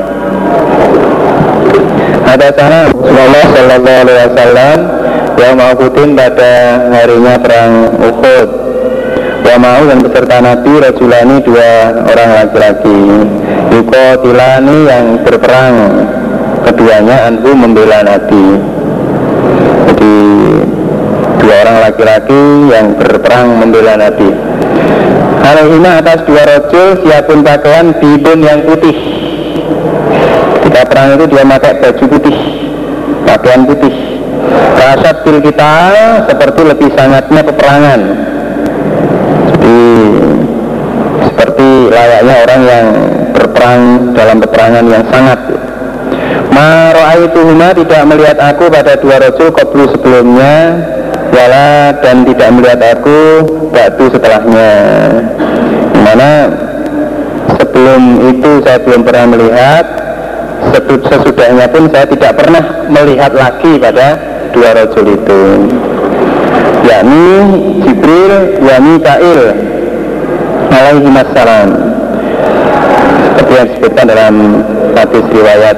Ada sana Rasulullah Sallallahu Alaihi Wasallam yang maukutin pada harinya perang Uhud. Wa mau dan beserta Nabi Rajulani 2 orang laki-laki. Yuko tilani yang berperang, keduanya anhu membela Nabi. Jadi 2 orang laki-laki yang berperang membela Nabi. Alaihina atas 2 rajul siapun pakaian bidun yang putih. Ketika perang itu dia pakai baju putih, pakaian putih. Rasat bil kita seperti lebih sangatnya peperangan. Jadi seperti layaknya orang yang berperang dalam peperangan yang sangat. Maro'aituhuma tidak melihat aku pada 2 rajul qablu sebelumnya, wala dan tidak melihat aku ba'du setelahnya. Dimana sebelum itu saya belum pernah melihat, sesudahnya pun saya tidak pernah melihat lagi pada 2 rajul itu, yakni Jibril wa Mikail alaihimassalam, seperti yang disebutkan dalam hadis riwayat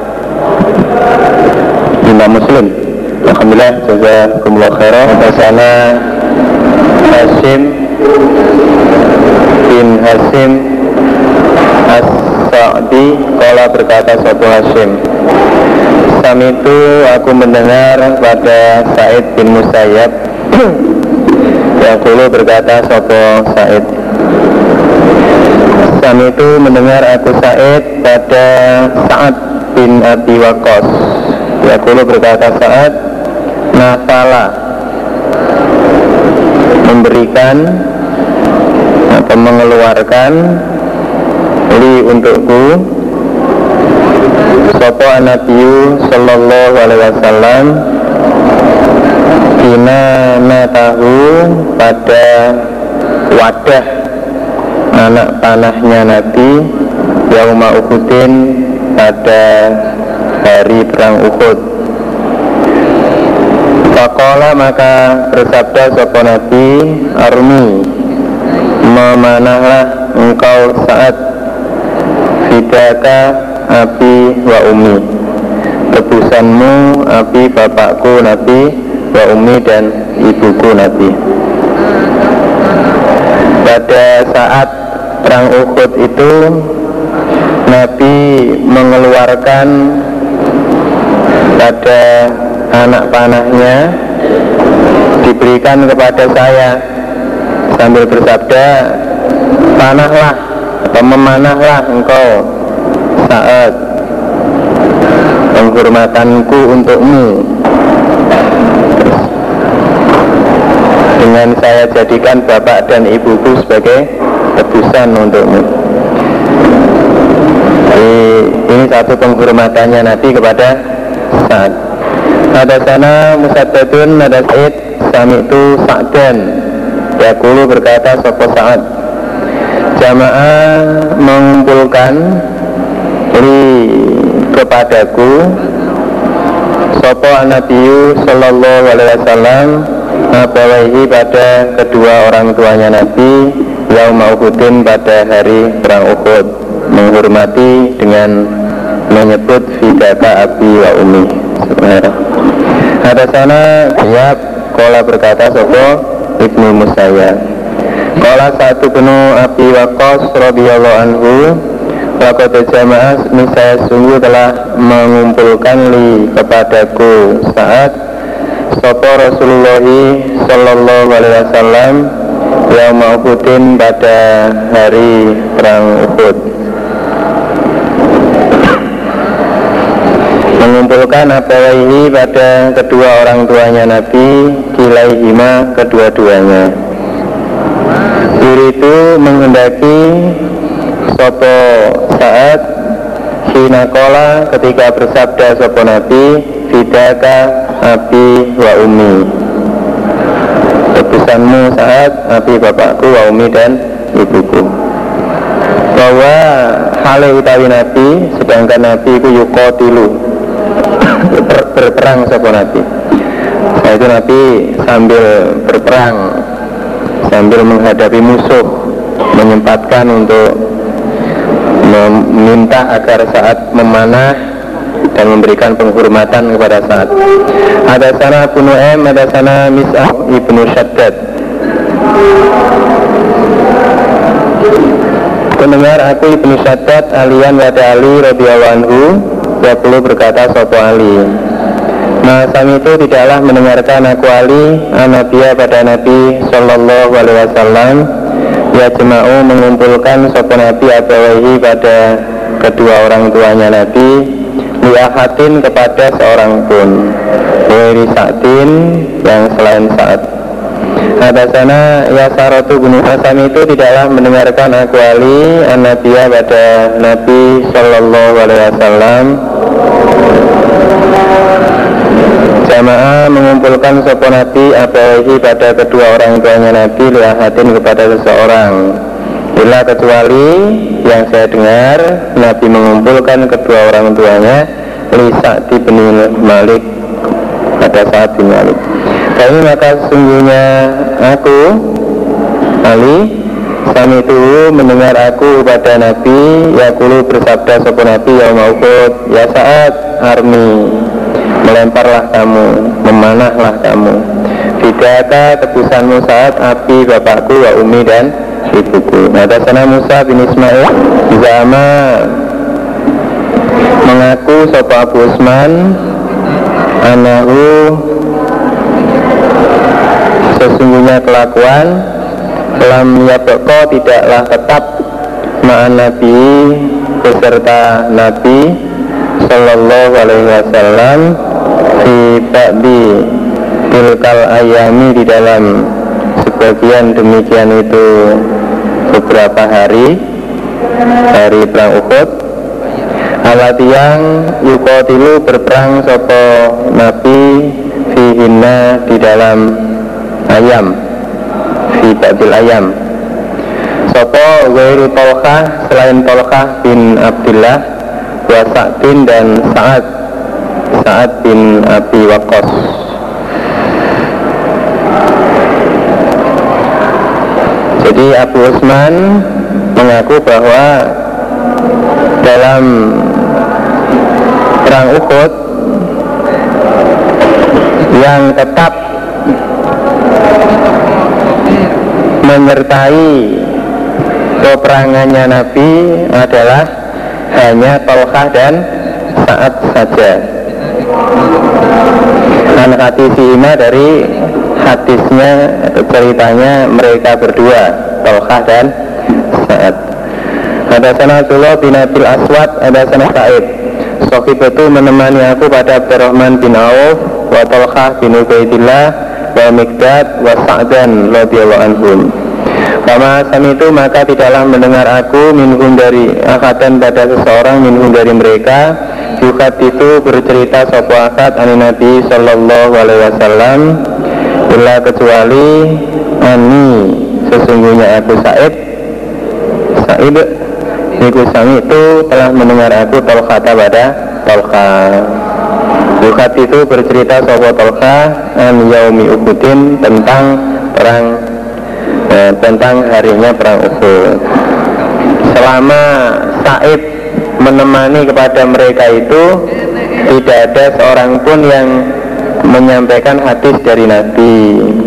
Imam Muslim. Alhamdulillah, jazakumullah khairan. Sana Hashim bin Hashim As-Sa'di qala berkata satu Hashim, itu aku mendengar pada Sa'id bin Musayyab Yaqulu berkata satu Sa'id, itu mendengar aku Sa'id pada Sa'ad bin Abi Waqqas. Yaqulu berkata Sa'ad, nafala memberikan atau mengeluarkan li untukku sopo Nabi Sallallahu Alaihi Wasallam kina natahu pada wadah anak panahnya Nabi yauma Uhudin pada hari perang Uhud. Faqala maka bersabda sopo Nabi, armi memanahlah engkau saat fidaka abi wa umi, tebusanmu abi bapakku Nabi wa umi dan ibuku Nabi. Pada saat perang Uhud itu Nabi mengeluarkan pada anak panahnya, diberikan kepada saya sambil bersabda, panahlah atau memanahlah engkau saat penghormatanku untukmu, dengan saya jadikan bapak dan ibuku sebagai tebusan untukmu. Jadi, ini satu penghormatannya Nabi kepada Sa'ad. Ada sana Musaddadun, ada Sa'id, Sami itu Sa'dan. Yaqulu berkata sapa Sa'ad, Jamaah mengumpulkan kepadaku sapa Nabi sallallahu alaihi wasallam abawaihi pada kedua orang tuanya Nabi yaum Uhudin pada hari perang Uhud, menghormati dengan menyebut fidaka abi wa umi. Ada sana dia kola berkata sapa Ibnu Musayyab kola satu penuh Abi Waqqas radhiyallahu anhu Waqad jamaah saya sungguh telah mengumpulkan li kepadaku saat sapa Rasulullah sallallahu alaihi wasallam yaum Uhudin pada hari perang Uhud, mengumpulkan abawaihi pada kedua orang tuanya Nabi kilaihima kedua-duanya. Itu menghendaki sopo saat hinakola ketika bersabda sopo Nabi fidaka abi wa umi, tebusanmu saat abi bapakku wa umi dan ibuku, bahwa hale utawi Nabi sedangkan Nabi ku yuqatilu berperang sopo Nabi. Nah itu Nabi sambil berperang, sambil menghadapi musuh, menyempatkan untuk meminta agar saat memanah dan memberikan penghormatan kepada saat. Ada sana Abu Nu'aim, ada sana Mis'ah ibnu Syaddad. Pendengar aku ibnu Syaddad alian wada Ali radhiyallahu anhu yaqulu berkata sopo Ali, nah sami itu tidaklah mendengarkan aku Ali Nabiya pada Nabi sallallahu alaihi wasallam ya jema'u mengumpulkan sopo Nabi abawaihi pada kedua orang tuanya Nabi liahatin kepada seorang pun wiri sa'tin yang selain saat. Ada sana ya Saratu bin Hasan itu tidaklah mendengarkan aku Ali Nabiya pada Nabi sallallahu alaihi wasallam jamaah mengumpulkan sopo Nabi abawaihi pada kedua orang tuanya Nabi liahatin kepada seseorang bila kecuali yang saya dengar Nabi mengumpulkan kedua orang tuanya li Sa'di bin Malik pada saat bin Malik. Kami maka sesungguhnya aku Ali sami itu mendengar aku pada Nabi yaqulu bersabda sopo Nabi yaum Uhud ya saat armi melemparlah kamu, memanahlah kamu fidaka tebusanmu saat abi bapakku wa umi dan ibuku. Nah sana Musa bin Ismail zama mengaku sopo Abu Usman anahu sesungguhnya kelakuan lam yabqa tidaklah tetap ma'an Nabi beserta Nabi sallallahu alaihi wasallam fi ba'di tilkal ayami di dalam sebagian demikian itu beberapa hari perang Uhud alat yang yuqatilu berperang sopo Nabi fihinna di dalam ayam fi ba'dil ayam sopo ghairu Tolkah selain Tolkah bin Abdillah wa Sa'din dan Sa'ad bin Abi Waqqas. Jadi Abu Usman mengaku bahwa dalam perang Uhud yang tetap menyertai peperangannya Nabi adalah hanya Tolkah dan Sa'ad saja. An hadisihima dari hadisnya ceritanya mereka berdua Tolkah dan Sa'ad. Ada sana Abdullah bin Abil Aswad, ada sana Sa'id Sohib itu menemani aku pada Abdurrahman bin Auf wa Tolkah bin Ubaidillah wa Mikdad wa Sa'dan radhiyallahu anhum. Kama sami itu maka tidaklah mendengar aku minhum dari akatan pada seseorang minhum dari mereka yukat itu bercerita sopo akad ani Nabi sallallahu alaihi wasallam illa kecuali ani sesungguhnya aku Sa'id Sa'id, iku sami itu telah mendengar aku Tolkah pada Tolkah. Bukat itu bercerita sopo Tolkah an yaumi Uhudin tentang perang tentang harinya perang Uhud. Selama Sa'id menemani kepada mereka itu, tidak ada seorang pun yang menyampaikan hadis dari Nabi,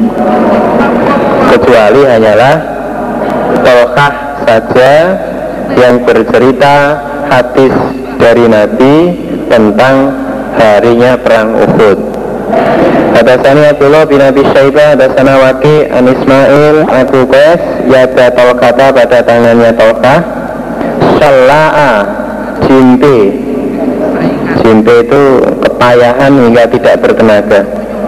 kecuali hanyalah Tolkah saja yang bercerita hadis dari Nabi tentang harinya perang Uhud. Hadatsani Abdullah bin Abi Syaibah, hadatsana Waqi' an Ismail Abu Qais yada Tolkata pada tangannya Tolkah Shalla'a jimpe. Jimpe itu kepayahan hingga tidak bertenaga.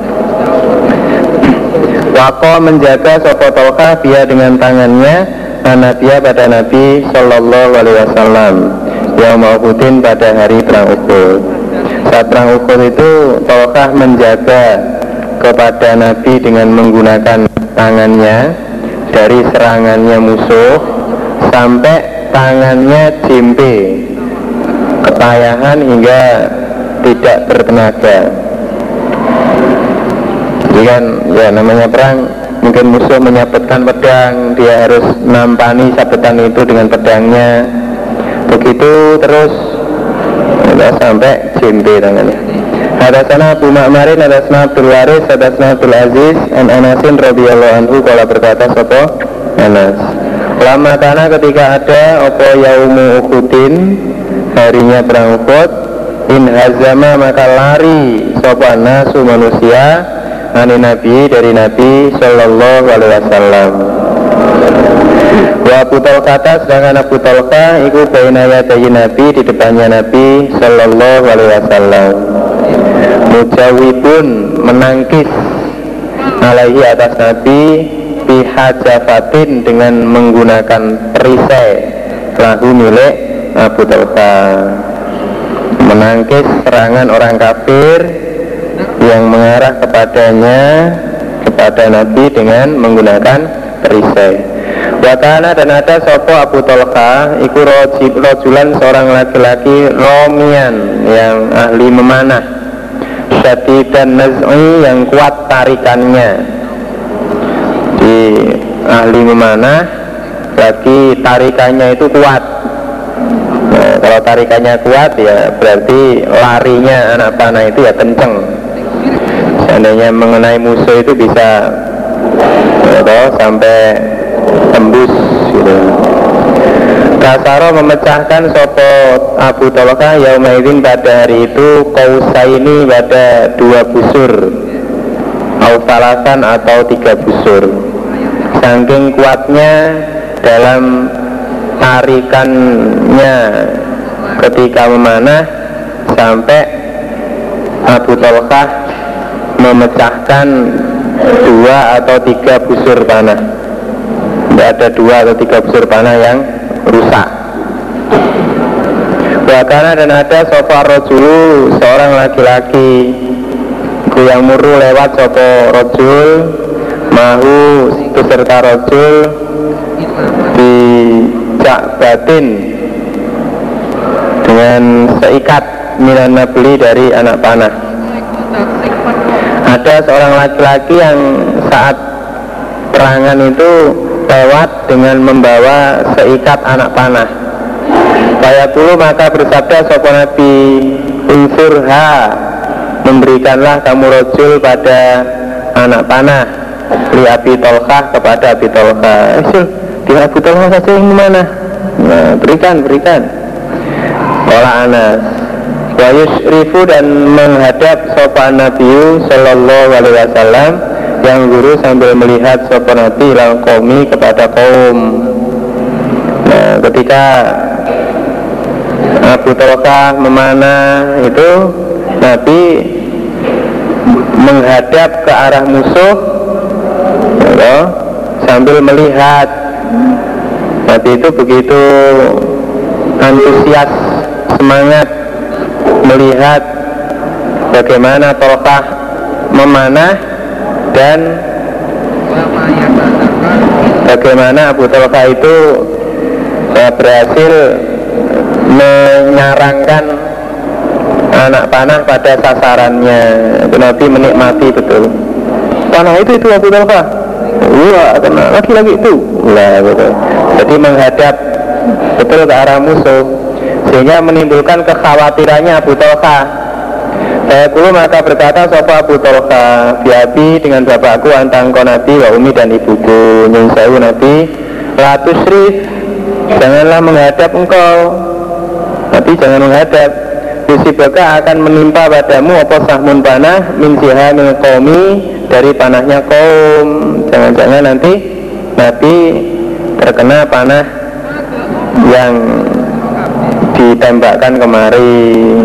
Waqo menjaga sopo Tolkah dia dengan tangannya Nabiya pada Nabi Sallallahu Alaihi Wasallam yang Uhudin pada hari perang Uhud. Saat perang Uhud itu Tolkah menjaga kepada Nabi dengan menggunakan tangannya dari serangannya musuh sampai tangannya jimpe, kepayahan hingga tidak bertenaga. Jadi kan ya namanya perang, mungkin musuh menyabetkan pedang, dia harus nampani sabetan itu dengan pedangnya. Begitu terus sampai jimpe tangannya. Hadatsana Abu Ma'marin, hadatsana Abdul Waris, hadatsana Abdul Aziz an Anasin radhiyallahu anhu qala berkata sapa Anas, lama kana ketika ada apa yaumu Uhudin, harinya perang Uhud, in hazama maka lari sapa nasu manusia ani Nabi dari Nabi Sallallahu Alaihi Wasallam. Wa Abu Talqah, sedangkan Abu Talqah iku baina yadayi Nabi, di depannya Nabi Sallallahu Alaihi Wasallam. Mujawibun menangkis alaihi atas Nabi bihajafatin dengan menggunakan perisai lahu milik Abu Talqah, menangkis serangan orang kafir yang mengarah kepadanya, kepada Nabi dengan menggunakan perisai. Wakana dan ada sopo Abu Talqah iku rojulan seorang laki-laki romian yang ahli memanah, syadidan naz'i yang kuat tarikannya. Di ahli memanah lagi tarikannya itu kuat. Nah, kalau tarikannya kuat ya berarti larinya anak panah itu ya kenceng. Seandainya mengenai musuh itu bisa sampai tembus gitu. Kasaro memecahkan sopo Abu Talqah yaumaidin pada hari itu kausaini pada 2 busur au falasan atau 3 busur. Saking kuatnya dalam tarikannya ketika memanah sampai Abu Talqah memecahkan 2 atau 3 busur panah. Tidak ada 2 atau 3 busur panah yang rusak. Bahkan dan ada sofa rojulu seorang laki-laki yang muru lewat sopo rojul mahu beserta rojul di Ja'batin dengan seikat minan nabli dari anak panah. Ada seorang laki-laki yang saat perangan itu lewat dengan membawa seikat anak panah. Fayaqulu maka bersabda sapa Nabi, unsurha, memberikanlah kamu rojul pada anak panah, li Abi Talqah, kepada Abi Talqah. Di Abi Talqah saja yang mana? Nah, berikan. Wala Anas. Wa yusrifu dan menghadap sapa Nabi Sallallahu Alaihi Wasallam yang guru sambil melihat sapa Nabi ilal qaumi, kepada kaum. Nah, ketika Abu Talqah memanah itu, Nabi menghadap ke arah musuh ya, sambil melihat. Nabi itu begitu antusias, semangat melihat bagaimana Talqah memanah dan bagaimana Abu Talqah itu berhasil menyarangkan anak panah pada sasarannya. Itu Nabi menikmati betul. Panah itu Abu Talha, wah kena lagi itu, lah betul. Jadi menghadap betul ke arah musuh, sehingga menimbulkan kekhawatirannya Abu Talha. Saya maka berkata sapa Abu Talha, biabi dengan bapakku antangko Nabi wa umi dan ibuku. Nyun sewu Nabi, la tusrif, janganlah menghadap engkau. Nabi jangan menghadap. Yusibaka akan menimpa padamu apa sahmun panah min sihamil qaumi, dari panahnya kaum. Jangan-jangan nanti Nabi terkena panah yang ditembakkan kemari.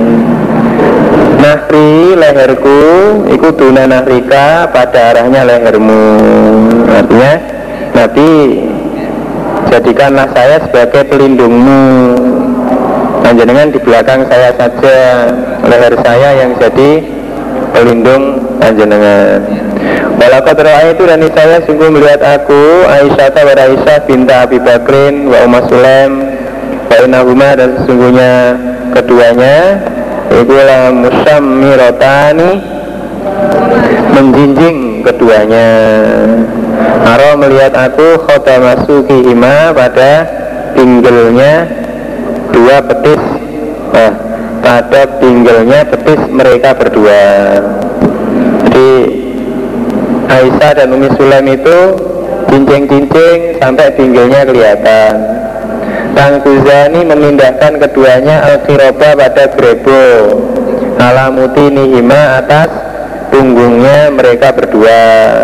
Nahri, leherku iku duna nahrika, pada arahnya lehermu. Artinya Nabi, jadikanlah saya sebagai pelindungmu. Panjenengan di belakang saya saja, leher saya yang jadi pelindung panjenengan. Walaqad ra'aitu, dan saya sungguh melihat aku Aisyah wa Aisyah binta Abi Bakrin wa Ummu Sulaim wa innahuma, dan sesungguhnya keduanya itulah musammiratani, menjinjing keduanya. Aro melihat aku khotamasuki-hima, pada pinggulnya dua betis, pada pinggulnya betis mereka berdua. Jadi Aisyah dan Ummi Sulaim itu cincing-cincing sampai pinggulnya kelihatan. Sang Kuzani memindahkan keduanya al-khiroba pada grebo, alamuti nihima, atas punggungnya mereka berdua.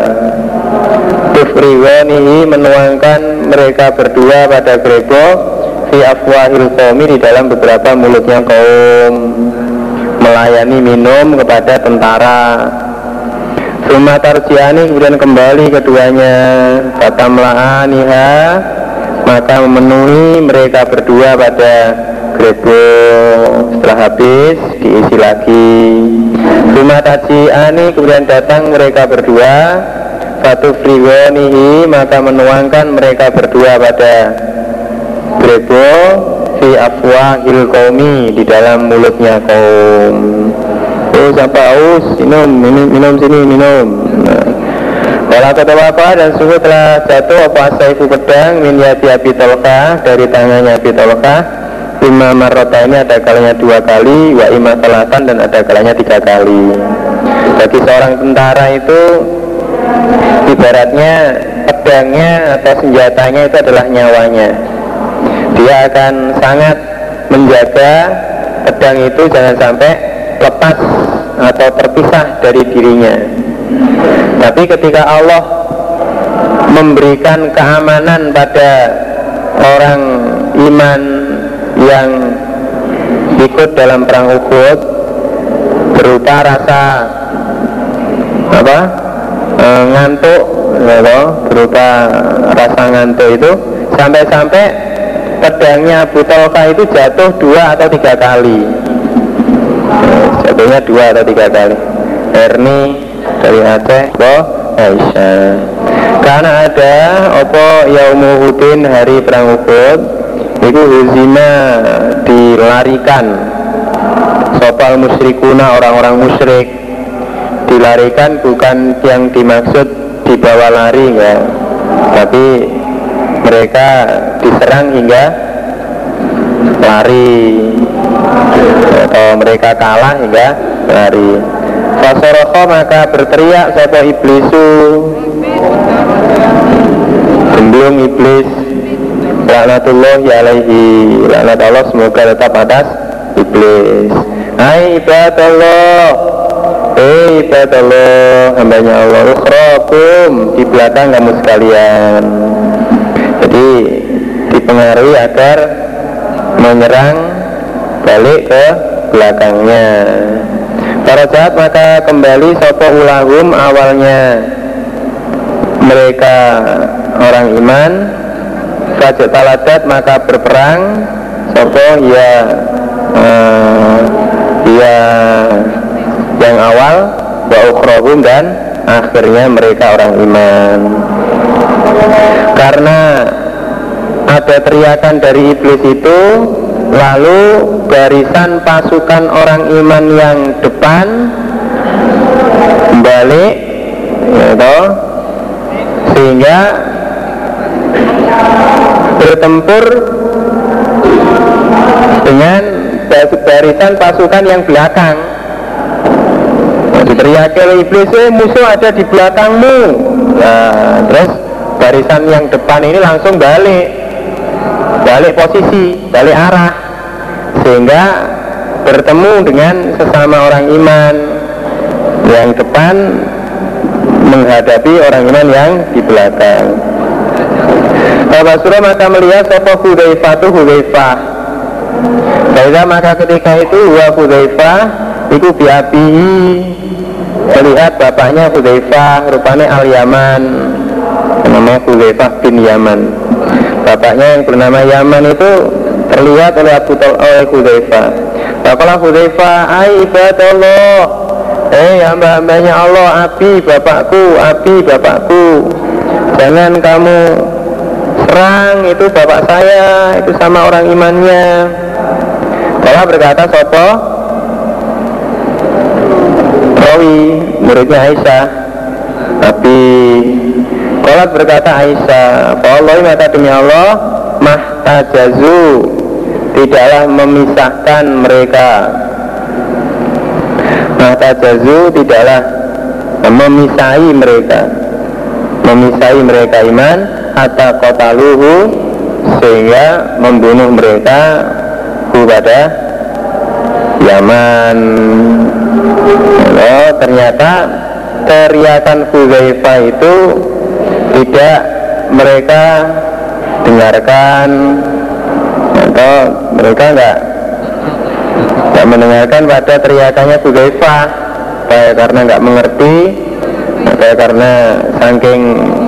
Tufriwanihi, menuangkan mereka berdua pada grebo, fi afwahil qaumi, di dalam beberapa mulutnya kaum, melayani minum kepada tentara. Summa tarjiani, kemudian kembali keduanya, fatamla'aniha, maka memenuhi mereka berdua pada grebo. Setelah habis diisi lagi. Summa tarjiani, kemudian datang mereka berdua, fatufriwanihi, maka menuangkan mereka berdua pada grebo, fi afwahil qaumi, di dalam mulutnya kaum. Sampai aus, minum sini, minum. Walau kata apa, dan sungguh telah jatuh apa saifu pedang min yadi Abi Talha, dari tangannya Abi Talha. Lima marrota, ini ada kalanya 2 kali, wa ima salatan, dan ada kalanya 3 kali. Bagi seorang tentara itu ibaratnya pedangnya atau senjatanya itu adalah nyawanya. Dia akan sangat menjaga pedang itu jangan sampai lepas atau terpisah dari dirinya. Tapi ketika Allah memberikan keamanan pada orang iman yang ikut dalam perang Uhud, berupa rasa ngantuk, berupa rasa ngantuk itu, sampai-sampai pedangnya Abu Talha itu jatuh 2 atau 3 kali. Jatuhnya 2 atau 3 kali. Erni dari Aceh ke Aisyah. Karena ada apa yaumuhudin, hari perang Uhud, itu huzima, dilarikan sopal musyrikuna, orang-orang musyrik. Dilarikan bukan yang dimaksud dibawa lari, ya, tapi mereka diserang hingga lari, atau mereka kalah hingga lari. Fasoroko, maka berteriak sapa iblisu, gemblung iblis, laknatullahi alaihi, laknat Allah semoga tetap atas iblis. Hai ibadallah, ibadallah, hambanya Allah, ukhrakum, di belakang kamu sekalian. Jadi dipengaruhi agar menyerang balik ke belakangnya. Para jahat, maka kembali sopo ulahum, awalnya mereka orang iman. Fajat taladat, maka berperang sopo ya yang awal, wa ukhrohum, dan akhirnya mereka orang iman. Karena ada teriakan dari iblis itu, lalu barisan pasukan orang iman yang depan balik, gitu, sehingga bertempur dengan barisan pasukan yang belakang. Diteriaki oleh iblis, musuh ada di belakangmu. Nah, terus barisan yang depan ini langsung balik posisi, balik arah, sehingga bertemu dengan sesama orang iman yang depan menghadapi orang iman yang di belakang. Bapak Surah maka melihat sapa Hudzaifah. Baiklah, maka ketika itu Hudzaifah itu biabihi, melihat bapaknya Hudzaifah, rupanya Al-Yaman, namanya Hudzaifah bin Yaman. Bapaknya yang bernama Yaman itu terlihat oleh Hudzaifah. Faqala Hudzaifah, ai ibadallah, hamba-hambanya Allah, abi bapakku, jangan kamu serang itu bapak saya, itu sama orang imannya. Kalau berkata sopo Rawi, muridnya Aisyah, tapi kalau berkata Aisyah, Allah maka demi Allah, mahtajazu, tidaklah memisahkan mereka, mahtajazu tidaklah memisahi mereka iman, hatta qataluhu, sehingga membunuh mereka kepada Yaman. Oh, ternyata teriakan Hudzaifah itu tidak mereka dengarkan, atau mereka enggak mendengarkan pada teriakannya Hudzaifah, baik karena enggak mengerti, baik karena saking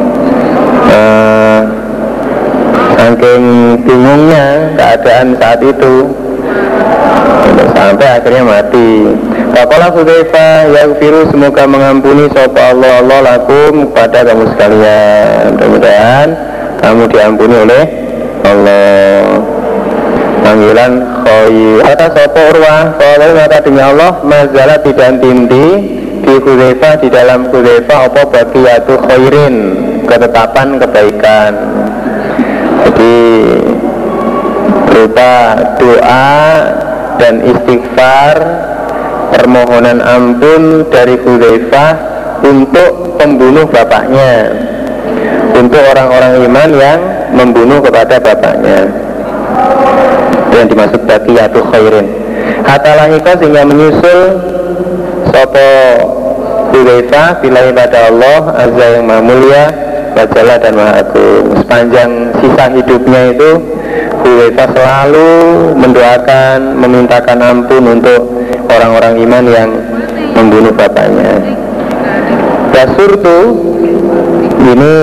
bingungnya keadaan saat itu, sampai akhirnya mati. Faqala Hudzaifah, yaghfiru, semoga mengampuni sapa Allah lakum, kepada kamu sekalian. Mudah-mudahan kamu diampuni oleh Allah. Panggilan khair. Kata sapa Urwah, kalau kata demi Allah, mazalah tidak tinti di Hudzaifah, di dalam Hudzaifah apa baqiyatu khairin, ketetapan kebaikan. Jadi berupa doa dan istighfar, permohonan ampun dari Hudzaifah untuk pembunuh bapaknya, untuk orang-orang iman yang membunuh kepada bapaknya, yang dimaksud baqiyatu khairin. Hatta lahika, sehingga menyusul sopo Hudzaifah billahi pada Allah azza yang maha mulia, wajalla dan maha agung. Sepanjang sisa hidupnya itu Hudzaifah selalu mendoakan, memintakan ampun untuk orang-orang iman yang membunuh bapaknya. Basurtu ini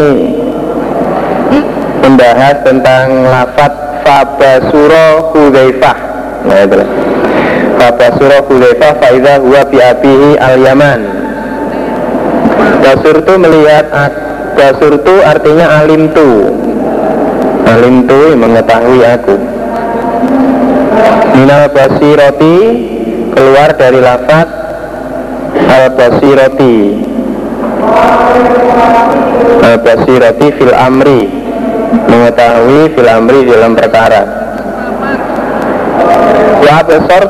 membahas tentang lafaz Fabasura Hudzaifah. Nah, itu Fabasura Hudzaifah faidha huwa bi abihi Al-Yaman. Basurtu melihat, basurtu artinya alimtu, mengetahui aku. Minal basiroti, keluar dari lafaz al-basiroti, al-basiroti fil amri, mengetahui fil amri dalam perkara. Wa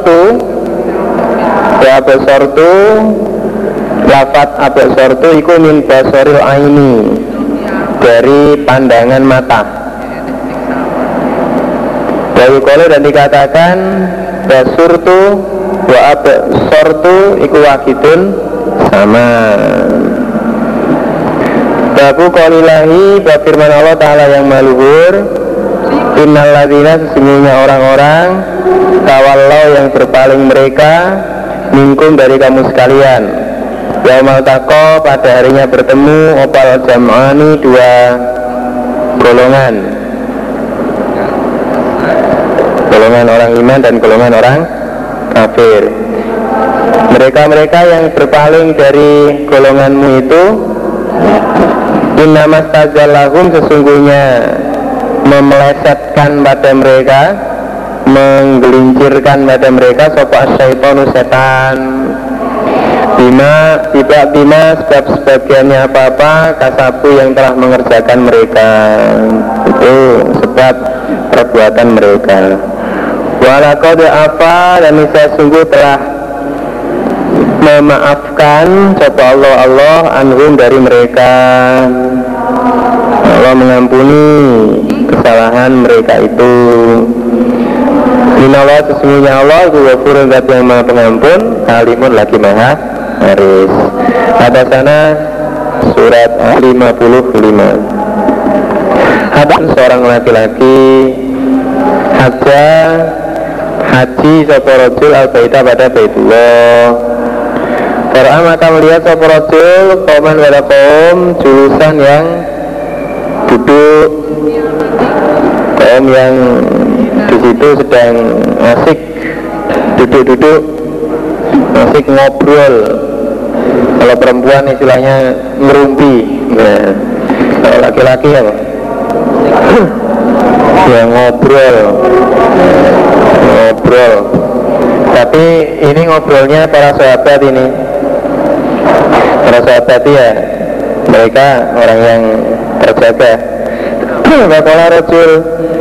absortu, lafaz absortu iku min basoril aini, dari pandangan mata. Dari kalau dan dikatakan basurtu wa absortu iku wahidun, sama. Babu qaulillahi, bab firman Allah Ta'ala yang maluhur, innal ladzina, sesungguhnya orang-orang, tawallau yang berpaling mereka, minkum dari kamu sekalian, yaumal taqa, pada harinya bertemu, opal jam'ani, dua golongan orang iman dan golongan orang kafir. Mereka-mereka yang berpaling dari golonganmu itu, innamastazallahum, sesungguhnya memelesetkan pada mereka, menggelincirkan pada mereka sapa syaitanu setan bima sebab sebagiannya apa-apa kasabu yang telah mengerjakan mereka, itu sebab perbuatan mereka. Walaqad afa, dan saya sungguh telah memaafkan sapa Allah anhum dari mereka. Allah mengampuni kesalahan mereka itu. Innallaha, sesungguhnya Allah itu Ghafurun, zat yang maha pengampun, Halimun, lagi maha haris. Ada sana surat 55. Ada seorang laki-laki haji sapa rajul al-baita pada Baitullah. Para maka melihat sapa rajul qauman wala qaum, jurusan yang duduk, kaum yang di situ sedang asik duduk-duduk, asik ngobrol. Kalau perempuan istilahnya ngerumpi, nah, kalau laki-laki apa? Ya ngobrol. Tapi ini ngobrolnya para sahabat ini. Para sahabat ya, mereka orang yang terjaga. Waqala rajul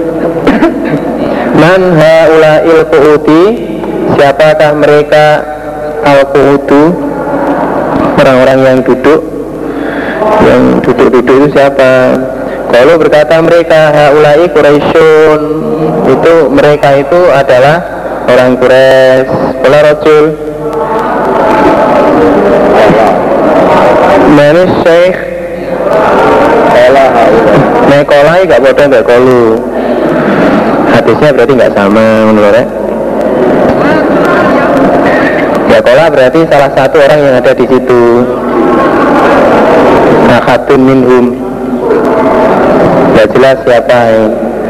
man haula'il qu'udi, siapakah mereka al-qu'udu, orang-orang yang duduk itu siapa? Kalau berkata mereka haula'i Quraisyun, itu mereka itu adalah orang Quraisy. Qala rajul manis syekh Mekolai gak bodoh gak kolu. Hadisnya berarti gak sama menurut ya. Kola berarti salah satu orang yang ada di situ. Akhatun minhum, gak jelas siapa ini.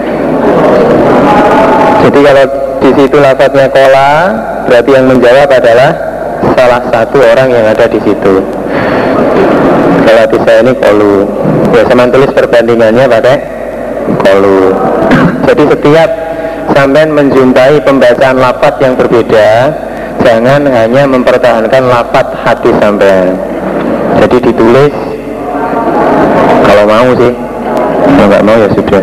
Jadi kalau di situ lafadznya kola, berarti yang menjawab adalah salah satu orang yang ada di situ. Kalau di saya ini kolu, biasa tulis perbandingannya pakai kolu. Jadi setiap sampai menjumpai pembacaan lafadz yang berbeda, jangan hanya mempertahankan lafadz hadis sampai. Jadi ditulis kalau mau sih, kalau nggak mau ya sudah.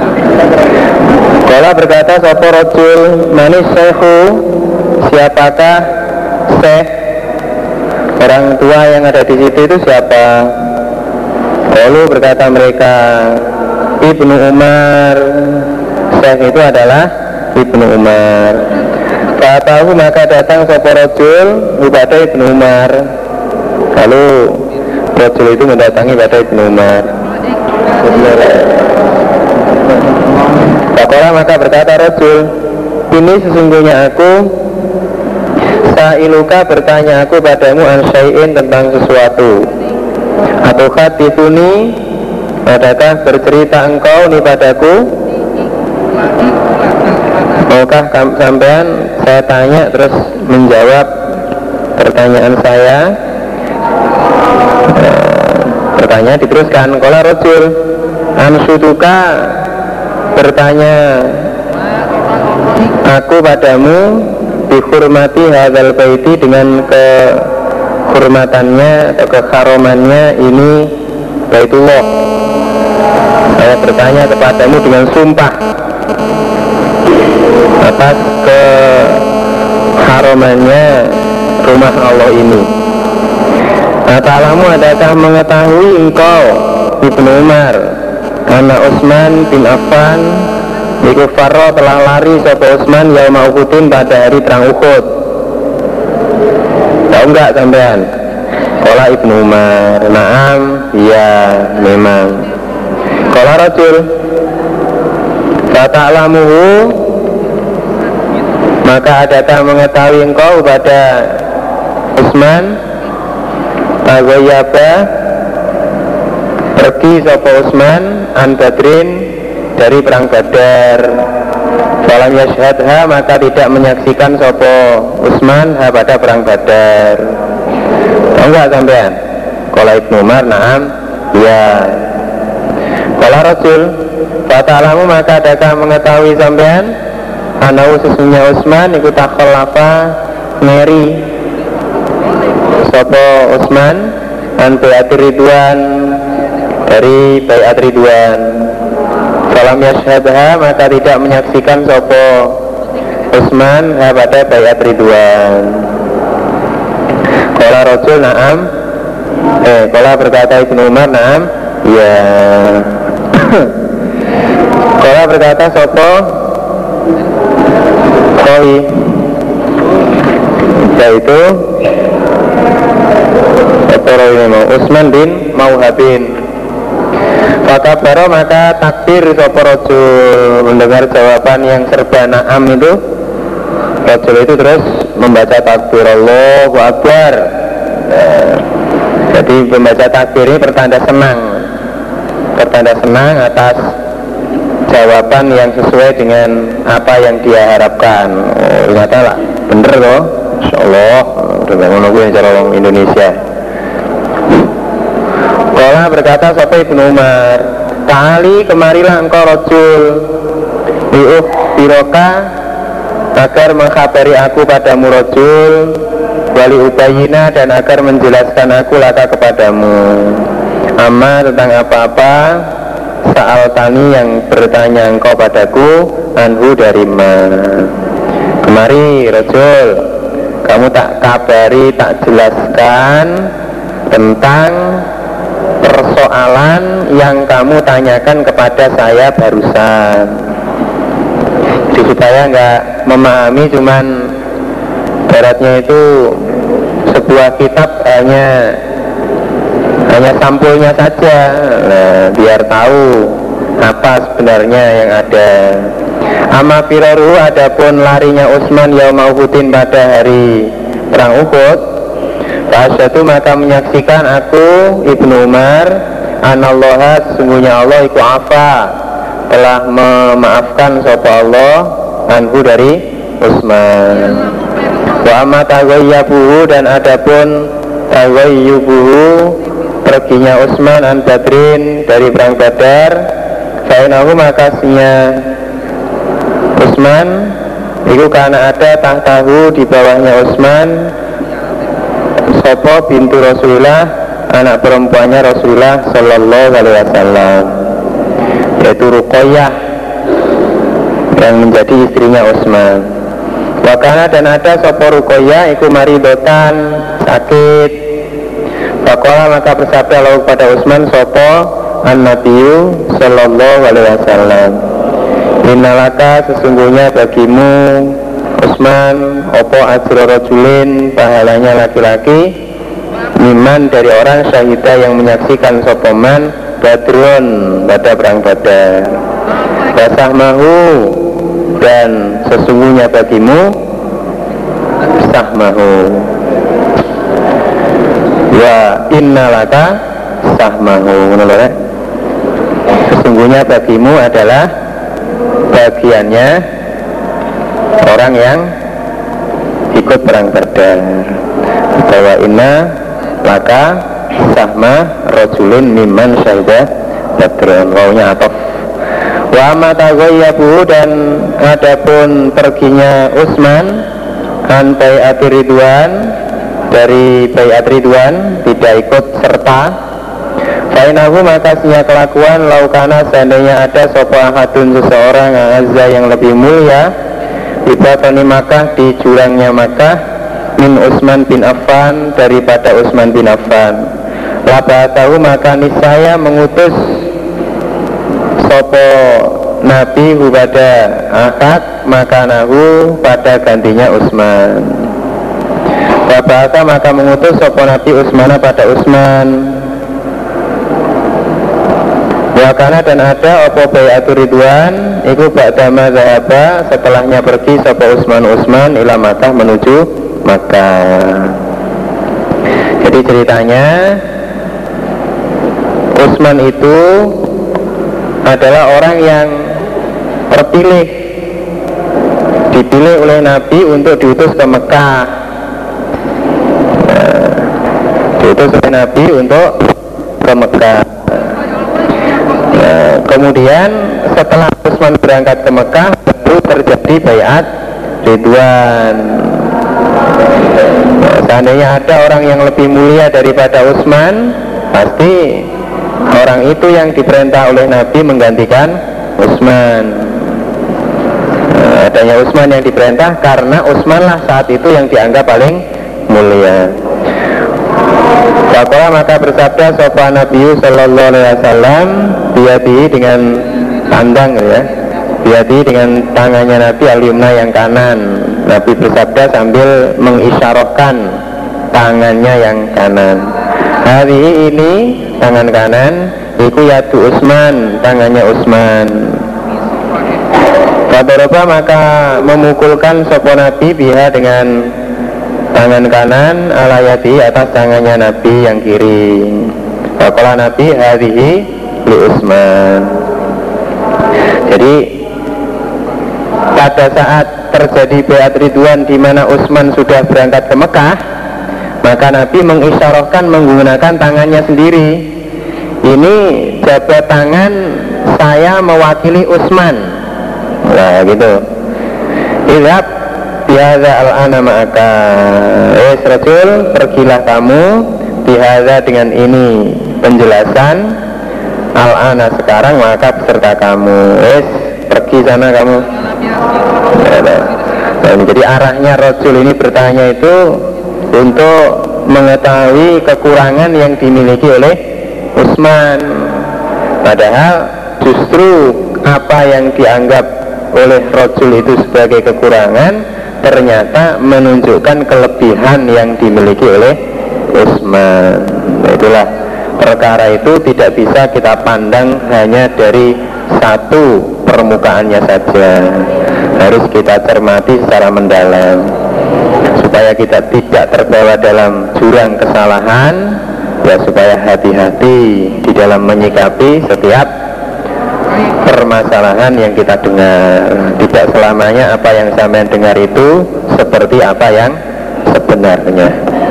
Kalau berkata sapa rajul manis syekhu, siapakah syekh, orang tua yang ada di situ itu siapa? Lalu berkata mereka Ibnu Umar, syekh itu adalah Ibnu Umar. Katahu maka datang sapa rajul kepada Ibnu Umar. Lalu rajul itu mendatangi pada Ibnu Umar. Faqala maka berkata rajul, ini sesungguhnya aku sa'iluka, bertanya aku padamu an syai'in, tentang sesuatu. Atau khatifuni, adakah bercerita engkau nih padaku? Maukah sampean saya tanya terus menjawab pertanyaan saya? Pertanyaan diteruskan. Qala rajul ansuduka, bertanya aku padamu dihormati hadzal baiti, dengan kehormatannya atau kekharomannya ini Baitullah. Saya bertanya kepadamu dengan sumpah atas keharamannya rumah Allah ini. Ta'lamu, adakah mengetahui engkau Ibnu Umar anak Utsman bin Affan iku farra, telah lari sapa Utsman yauma Uhudin, pada hari perang Uhud. Tahu enggak sampean? Qala Ibnu Umar, na'am, ya memang. Qala rajul ta'lamuhu, maka adakah mengetahui engkau pada Utsman? Agayaba, pergi sapa Utsman an Badrin, dari perang Badar. Falam yashhadha, maka tidak menyaksikan sapa Utsman pada perang Badar. Tahu enggak sampean? Qala Ibnu Umar, na'am, ya. Qala rajul, Fata'alamu maka adakah mengetahui sampean anau sesungguhnya Utsman iku takhallafa ngeri sapa Utsman an bai'at Ridwan dari bai'at Ridwan. Falam yashhadha maka tidak menyaksikan sapa Utsman pada bai'at Ridwan. Qala rajul na'am qala berkata Ibnu Umar na'am ya. Qala berkata sapa Qawi yaitu Utsman bin Mauhabin. Fakabaro maka takbir sapa rajul mendengar jawaban yang serba na'am itu. Rajul itu terus membaca takbir Allahu Akbar. Jadi membaca takbir ini pertanda senang atas jawaban yang sesuai dengan apa yang dia harapkan. Ternyata lah bener loh, insyaallah udah bangun aku yang cara orang Indonesia. Kala berkata sapa Ibnu Umar, "Ta'ali kemarilah engkau rajul biroka agar mengkhabari aku padamu rajul wali ubayina dan agar menjelaskan aku laka kepadamu amma tentang apa-apa saal tani yang bertanya engkau padaku anhu dari mana. Kemari rajul, kamu tak kabari, tak jelaskan tentang persoalan yang kamu tanyakan kepada saya barusan. Jadi supaya nggak memahami cuman baratnya itu sebuah kitab hanya sampulnya saja. Nah, biar tahu apa sebenarnya yang ada. Amma firaru adapun larinya Utsman yauma Uhudin pada hari perang Uhud. Fasyatu maka menyaksikan aku Ibnu Umar anallaha sesungguhnya Allah iku afa telah memaafkan sapa Allah anhu dari Utsman. Wa amma taghayyabuhu dan adapun taghayyubuhu perginya Utsman an Badrin dari perang Badar. Fainahu makasnya Utsman itu karena ada tahtahu di bawahnya Utsman Sopo bintu Rasulullah anak perempuannya Rasulullah Sallallahu Alaihi Wasallam, yaitu Ruqayyah yang menjadi istrinya Utsman. Wakana dan ada Sopo Ruqayyah iku maridotan sakit. Faqala maka bersabda lalu kepada Utsman Sopo an-Nabiyyu Sallallahu Alaihi Wasallam, innalaka sesungguhnya bagimu Utsman opo ajra rajulin pahalanya laki-laki miman dari orang syahidah yang menyaksikan sopoman Badrun pada perang Badar. Wasahmahu dan sesungguhnya bagimu sahmahu wa innalaka sahmahu. Menurut sesungguhnya bagimu adalah bagiannya orang yang ikut perang Badar. Bahwa inna laka sahma rajulin mimman syahidah Badrun. Wawunya ataf. Wa mata ghayyabu dan adapun perginya Utsman an bai'at Ridwan dari bai'at Ridwan tidak ikut serta. Fainahu makasnya kelakuan laukana seandainya ada sopa ahadun seseorang azza yang lebih mulia di batani Makkah di jurangnya Makkah min Utsman bin Affan daripada Utsman bin Affan. Laba tahu maka niscaya mengutus sopo Nabi pada akad makanahu pada gantinya Utsman. Laba maka mengutus sopo Nabi Utsman pada Utsman. Wakana dan ada opo bai'atu Ridwan iku ba'dama zahaba setelahnya pergi sapa Utsman ila Makkah menuju Makkah. Jadi ceritanya Utsman itu adalah orang yang terpilih, dipilih oleh Nabi untuk diutus ke Mekah. Diutus oleh Nabi untuk ke Mekah. Kemudian setelah Utsman berangkat ke Mekah, baru terjadi baiat Ridwan. Nah, seandainya ada orang yang lebih mulia daripada Utsman, pasti orang itu yang diperintah oleh Nabi menggantikan Utsman. Nah, adanya Utsman yang diperintah karena Utsman lah saat itu yang dianggap paling mulia. Faqala, maka bersabda sapa Nabi sallallahu alaihi wasallam, biadi dengan pandang ya, biadi dengan tangannya Nabi al-yumna yang kanan. Nabi bersabda sambil mengisyarahkan tangannya yang kanan. Hari ini tangan kanan iku yadu Utsman, tangannya Utsman. Fadoroba, maka memukulkan sapa Nabi biha dengan tangan kanan alayati atas tangannya Nabi yang kiri. Faqala Nabi hadihi li Utsman. Jadi pada saat terjadi baiat Ridwan di mana Utsman sudah berangkat ke Mekah, maka Nabi mengisyarahkan menggunakan tangannya sendiri. Ini jabat tangan saya mewakili Utsman. Nah gitu. Idhab bihadza al-ana ma'aka. Rasul, pergilah kamu bihadza dengan ini penjelasan al-ana sekarang maka beserta kamu. Pergi sana kamu. Nah, jadi arahnya Rasul ini bertanya itu untuk mengetahui kekurangan yang dimiliki oleh Utsman. Padahal justru apa yang dianggap oleh Rasul itu sebagai kekurangan ternyata menunjukkan kelebihan yang dimiliki oleh Utsman. Itulah perkara itu tidak bisa kita pandang hanya dari satu permukaannya saja, harus kita cermati secara mendalam supaya kita tidak terbawa dalam jurang kesalahan, ya supaya hati-hati di dalam menyikapi setiap permasalahan yang kita dengar. Tidak selamanya apa yang sampean dengar itu seperti apa yang sebenarnya.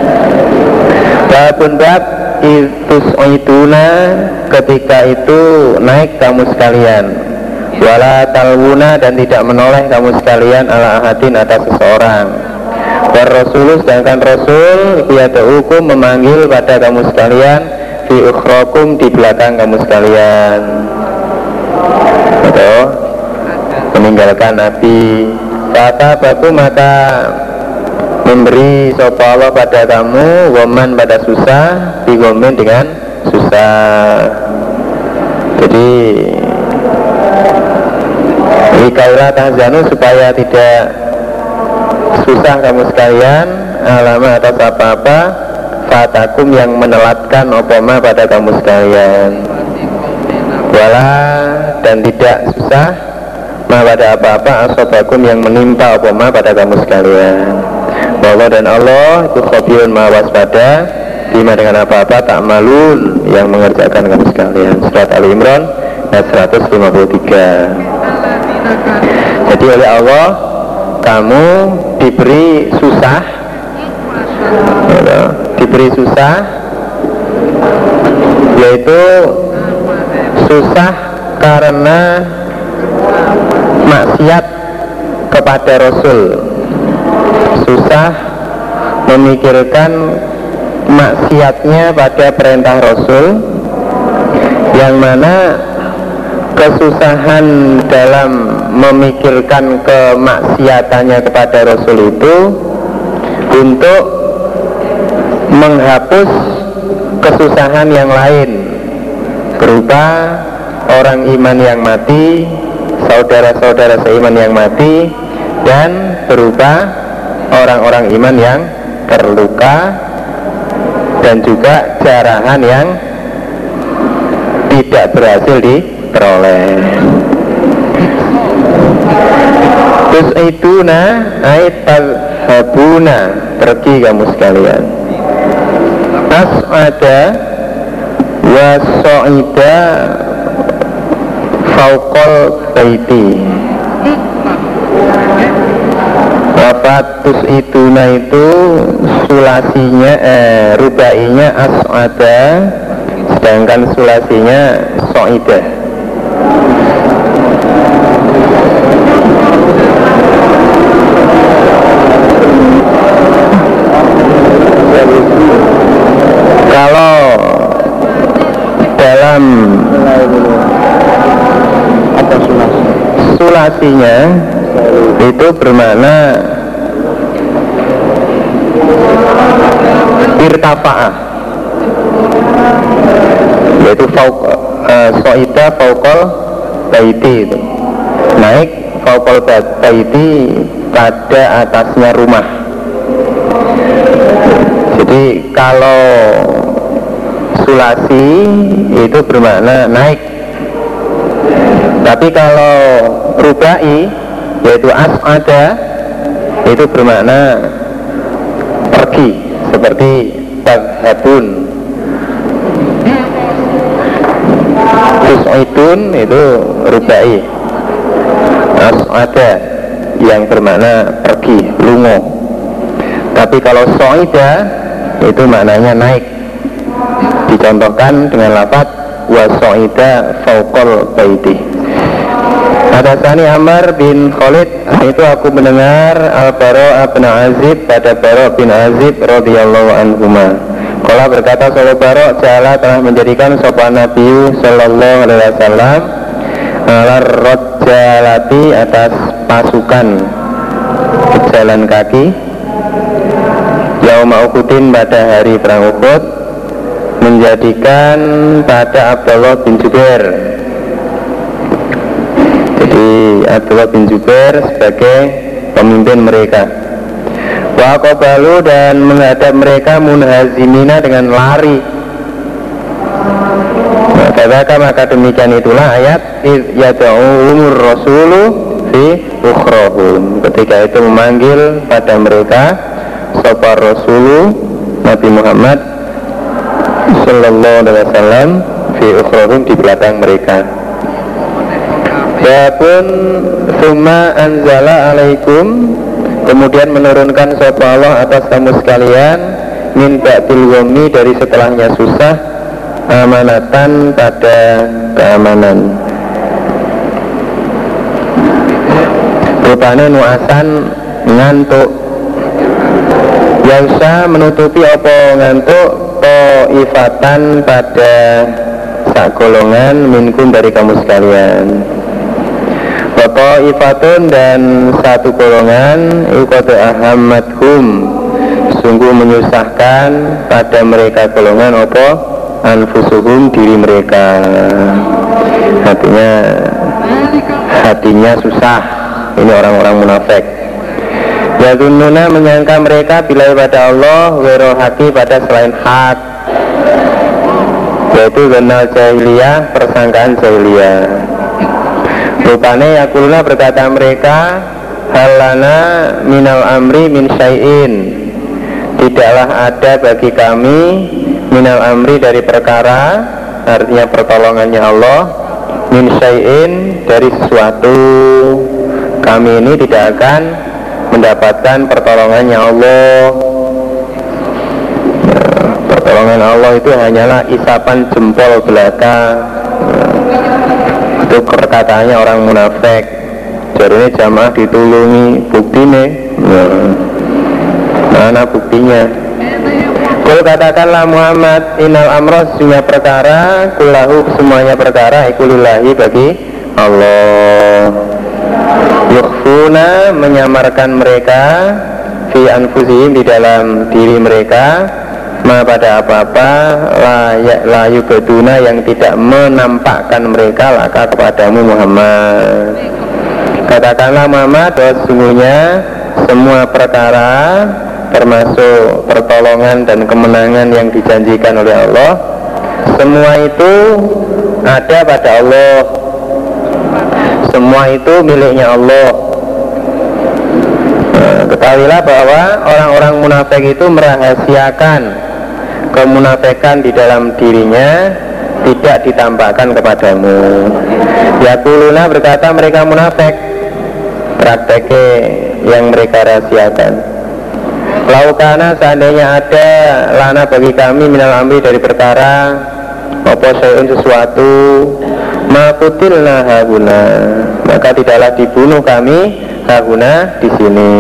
Babun bab itus'iduna, ketika itu naik kamu sekalian, wala talwuna, dan tidak menoleh kamu sekalian ala ahadin atas seseorang. Rasulullah, sedangkan Rasul yad'ukum memanggil pada kamu sekalian fi ukhrakum, di belakang kamu sekalian. Betul? Meninggalkan Nabi. Kata baku, maka memberi sapa Allah pada kamu goman pada susah, digomen dengan susah. Jadi wikaila tahzanu, supaya tidak susah kamu sekalian alama atas apa-apa fatakum yang menelatkan opoma pada kamu sekalian, wala, dan tidak susah ma pada apa-apa asobakum yang menimpa opoma pada kamu sekalian. Bahwa dan Allah itu khabirun ma waspada bima dengan apa-apa tak malun yang mengerjakan kamu sekalian. Surat Al-Imran ayat 153. Jadi oleh Allah kamu diberi susah, yaitu susah karena maksiat kepada Rasul, susah memikirkan maksiatnya pada perintah Rasul, yang mana kesusahan dalam memikirkan kemaksiatannya kepada Rasul itu untuk menghapus kesusahan yang lain berupa orang iman yang mati, saudara-saudara seiman yang mati, dan berupa orang-orang iman yang terluka, dan juga jarahan yang tidak berhasil diperoleh. Terus iduna aitalhabuna, pergi kamu sekalian. As'ada wa so'ida fauqal baiti. Wafatus iduna itu sulasinya rubainya as'ada, sedangkan sulasinya so'idah. Kalau dalam sulasinya itu bermakna irtafa'ah, yaitu so'ida fauqal baiti, itu naik fauqal baiti, pada atasnya rumah. Jadi kalau sulasi itu bermakna naik, tapi kalau rubai yaitu as'ada itu bermakna pergi, seperti tadhabun. Tus'idun itu rubai, as'ada yang bermakna pergi, lungo. Tapi kalau so'ida itu maknanya naik, dicontohkan dengan lafaz wa so'ida fauqal baiti. Hadatsani Amr bin Khalid, itu aku mendengar Al-Bara' bin Azib pada Bara' bin Azib radhiyallahu anhuma. Qala berkata sahabat Bara', Ja'ala telah menjadikan sopan Nabi sallallahu alaihi wasallam alar rajjalati, atas pasukan pejalan kaki, yauma Uhudin, pada hari perang Uhud, menjadikan pada Abdullah bin Jubair. Jadi Abdullah bin Jubair sebagai pemimpin mereka. Wa qabalu, dan menghadap mereka munhazimina, dengan lari. Maka demikian itulah ayat yad'uhumur rasulu fi ukhrahum, ketika itu memanggil pada mereka sapa rasulu Nabi Muhammad sallallahu alaihi wasallam fi ukhrahum, di belakang mereka. Babun summa anzala alaikum, kemudian menurunkan sapa Allah atas kamu sekalian min ba'dil ghammi, dari setelahnya susah, amanatan, pada keamanan. Rupane nuasan, ngantuk. Yausa, menutupi apa ngantuk, ifatan, pada sak golongan, minkum, dari kamu sekalian. Ifatun, dan satu golongan, iqad ahammathum, sungguh menyusahkan pada mereka golongan apa, anfusuhum, diri mereka. Hatinya susah. Ini orang-orang munafik. Yadunnuna, menyangka mereka bila pada Allah, wero haki, pada selain hak, yaitu genal jahiliyah, persangkaan jahiliyah. Rupane yakuluna, berkata mereka, halana minal amri min syai'in, tidaklah ada bagi kami minal amri, dari perkara, artinya pertolongannya Allah, min syai'in, dari sesuatu. Kami ini tidak akan mendapatkan pertolongannya Allah. Pertolongan Allah itu hanyalah isapan jempol belaka. Itu perkataannya orang munafik. Jadi ini jamaah ditulungi, bukti nih. Mana buktinya? Kul, katakanlah Muhammad, innal amra, sesungguhnya perkara, kullahu, semuanya perkara, ikulillahi, bagi Allah. Yukhfuna, menyamarkan mereka, fi anfusihim, di dalam diri mereka, ma, pada apa-apa, la yubaduna, yang tidak menampakkan mereka laka, kepadamu Muhammad. Katakanlah Muhammad, bahwa sesungguhnya semua perkara, termasuk pertolongan dan kemenangan yang dijanjikan oleh Allah, semua itu ada pada Allah, semua itu miliknya Allah. Ketahuilah bahwa orang-orang munafik itu merahasiakan kemunafikan di dalam dirinya, tidak ditampakkan kepadamu. Yaquluna, berkata mereka munafik, prakteknya yang mereka rahasiakan. Laukana, seandainya ada, lana, bagi kami, minal amri, dari perkara, apa syai'un, sesuatu, ma kutilna haguna, maka tidaklah dibunuh kami haguna di sini.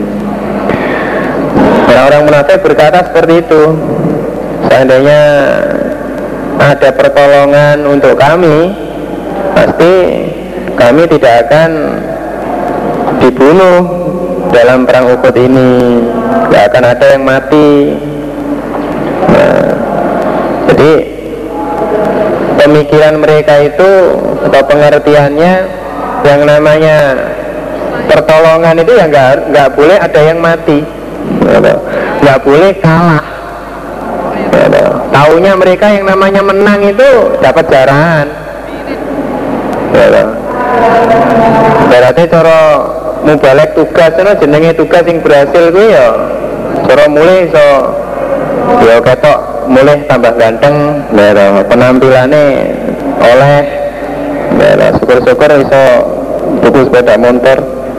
Orang-orang munafik berkata seperti itu. Seandainya ada pertolongan untuk kami, pasti kami tidak akan dibunuh dalam perang Uhud ini, tidak akan ada yang mati. Nah, jadi pemikiran mereka itu atau pengertiannya, yang namanya pertolongan itu ya nggak boleh ada yang mati, nggak boleh kalah. Taunya mereka yang namanya menang itu dapat jarahan. Berarti cara mubalek tugas itu jenenge tugas yang berhasil gue ya. Cara mulai so ya ketok mulai tambah ganteng, penampilannya oleh, syukur-syukur iso tuku sepeda motor.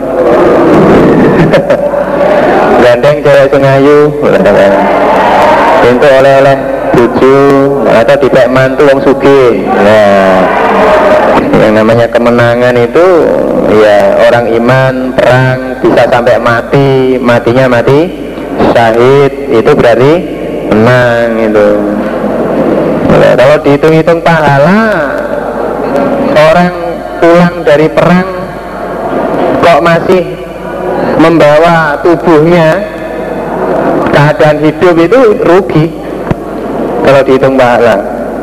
Gandeng cewek sing ayu, itu oleh-oleh bojo atau dipek mantu wong sugih. Nah, yang namanya kemenangan itu ya orang iman perang bisa sampai mati, matinya mati syahid, itu berarti menang itu. Nah, kalau dihitung-hitung pahala, orang pulang dari perang kok masih membawa tubuhnya keadaan hidup, itu rugi kalau dihitung pahala.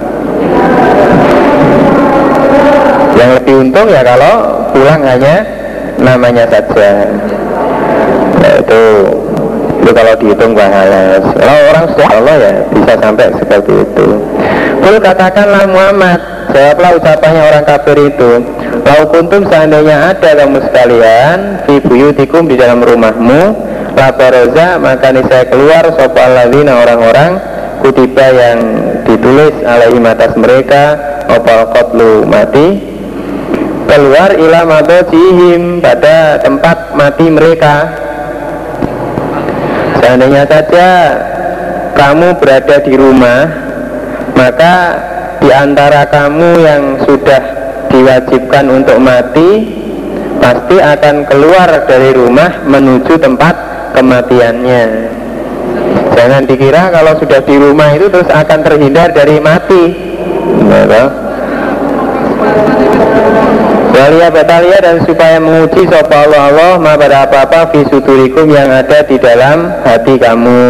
Yang lebih untung ya kalau pulang hanya namanya saja. Nah, itu kalau dihitung pahala. Kalau orang sudah Allah ya bisa sampai seperti itu. Kul katakanlah Muhammad, jawablah ucapannya orang kafir itu, lau kuntum seandainya ada kamu sekalian fi buyutikum di dalam rumahmu, la baroza maka niscaya keluar sopal ladina orang-orang kutiba yang ditulis alaihim atas mereka opal qatlu mati, keluar ila madojihim pada tempat mati mereka. Seandainya saja kamu berada di rumah, maka di antara kamu yang sudah diwajibkan untuk mati pasti akan keluar dari rumah menuju tempat kematiannya. Jangan dikira kalau sudah di rumah itu terus akan terhindar dari mati. Walia batalia, dan supaya menguji sapa Allah ma pada apa-apa fi sudurikum yang ada di dalam hati kamu.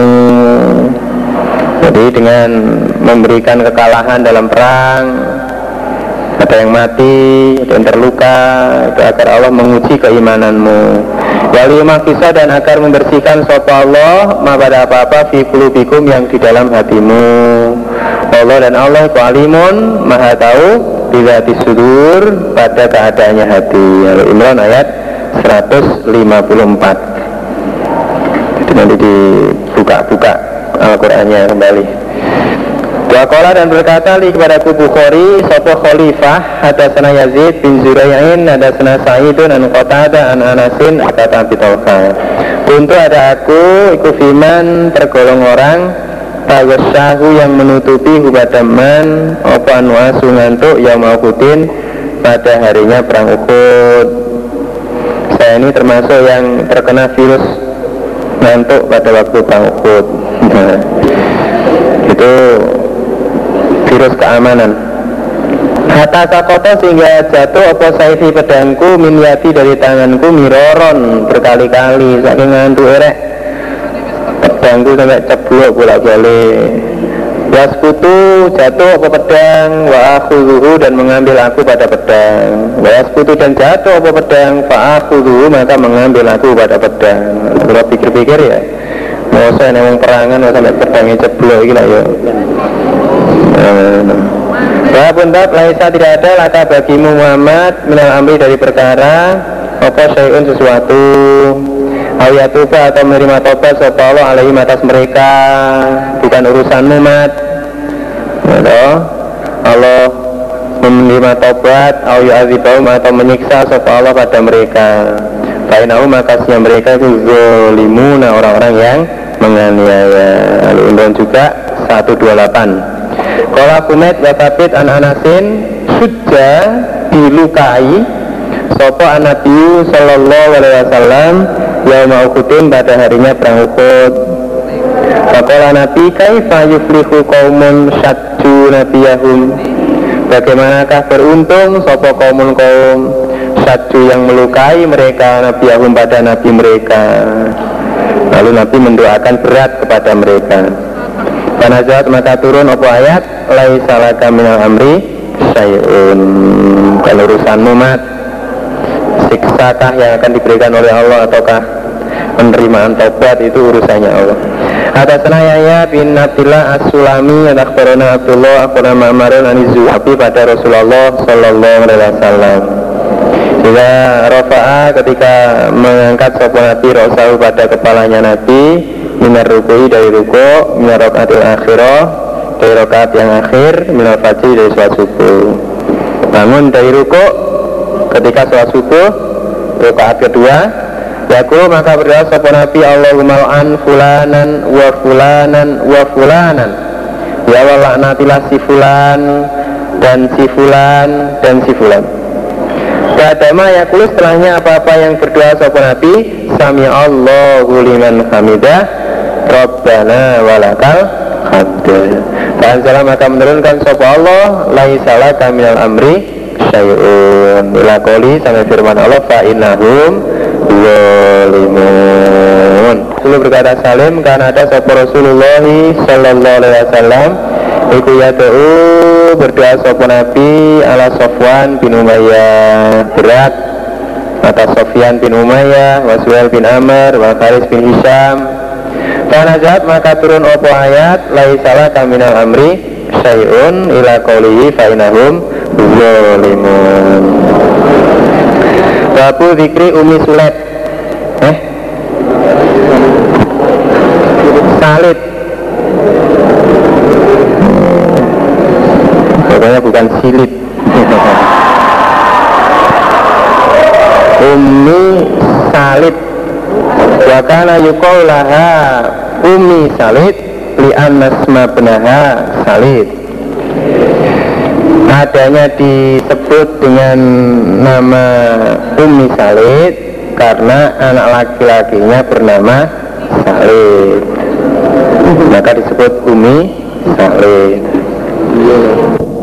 Jadi dengan memberikan kekalahan dalam perang, ada yang mati, ada yang terluka, itu agar Allah menguji keimananmu. Waliumakisa, dan agar membersihkan sapa Allah ma pada apa-apa fi qulubikum yang di dalam hatimu. Allah dan Allah itu alimun, maha tahu bila disudur pada keadaannya hati. Al-Imran ayat 154. Jadi nanti dibuka-buka Al-Qur'annya kembali. Waqala, dan berkata li kepada Bukhari sapa khalifah hadatsana Yazid bin Zurai'in hadatsana Sa'idun an Qatadah an Anasin kata Bitolka. Untuk ada aku iku fiman tergolong orang tawasahu yang menutupi hubadaman apa nuasu ngantuk yang maukutin pada harinya perang Uhud. Saya ini termasuk yang terkena virus ngantuk pada waktu perang Uhud. Itu virus keamanan. Hatta sakoto, sehingga jatuh apa saifi pedangku min yati dari tanganku miroron berkali-kali saking ngantuk erek. Pedangku sampai ceblok bolak-balik. Waskutu, jatuh apa pedang, wa akhudhuhu, dan mengambil aku pada pedang. Waskutu, dan jatuh apa pedang, fa akhudhuhu, maka mengambil aku pada pedang. Kalau pikir-pikir ya, mau saya nembong perangan sampai pedangnya ceblok gila ya. Walaupun bab laisa, tidak ada laka bagimu Muhammad minal amri dari perkara apa syai'un sesuatu awiyatuba, atau menerima tobat sapa Allah alaihim atas mereka, bukan urusanmu mat. Allah menerima tobat awiyazibahum, atau menyiksa sapa Allah pada mereka. Fainahu, maka siya mereka itu zolimuna, orang-orang yang menganiaya. Al-Imran juga 128. Qala Humaid wa Thabit an Anasin sujja dilukai sapa Nabi sallallahu alaihi wasallam yauma Uhudin pada harinya perang Uhud. Faqala Nabi kaifa yuflihu qaumun syaddu nabiyahum, bagaimanakah beruntung sapa kaum syaddu yang melukai mereka nabiyahum pada nabi mereka. Lalu Nabi mendoakan berat kepada mereka. Panazat maka turun apa ayat laisa laka minal amri syai'un, kalau urusanmu mat siksakah yang akan diberikan oleh Allah ataukah penerimaan taubat, itu urusannya Allah. Atasna Yahya bin Abdullah As-Sulami akhbarana Abdullah akhbarana Ma'marun an-Zuhabi pada Rasulullah sallallahu alaihi wasallam. Jika rafa'a ketika mengangkat sapa Nabi rasul pada kepalanya Nabi minar rukui dari ruku, minar rakaatil akhirah dari rakaat yang akhir, minar fajr dari salat subuh. Namun dari ruku ketika salat subuh rakaat kedua yaqulu maka berdoa sapa Nabi Allahumma an fulanan wa fulanan wa fulanan, ya Allah laknatilah si fulan dan si fulan dan si fulan. Kadama yaqulu setelahnya apa-apa yang berdoa sapa Nabi sami Allahu liman hamidah Rabbana walakal hamd. Dan salam maka menurunkan sapa Allah laisa laka minal amri syai'un ila qouli sampai firman Allah fa innahum zalimun. Dulu berkata Salim karena ada sapa Rasulullah sallallahu alaihi wasallam iku yad'u berdoa sapa Nabi ala Sofwan bin Umayyah berat atas Sofyan bin Umayyah wa Suhail bin Amr wa Haris bin Hisham. Fanazat maka turun opo ayat laisa laka minal amri syai'un ila qoulihi fa innahum zalimun. Babu zikri Umi Sulaim Salid, pokoknya bukan silit. Umi Salid wa kana yuqaulaha Umi Salid li annasma benaha Salid, adanya disebut dengan nama Umi Salid karena anak laki-lakinya bernama Salid, maka disebut Umi Salid.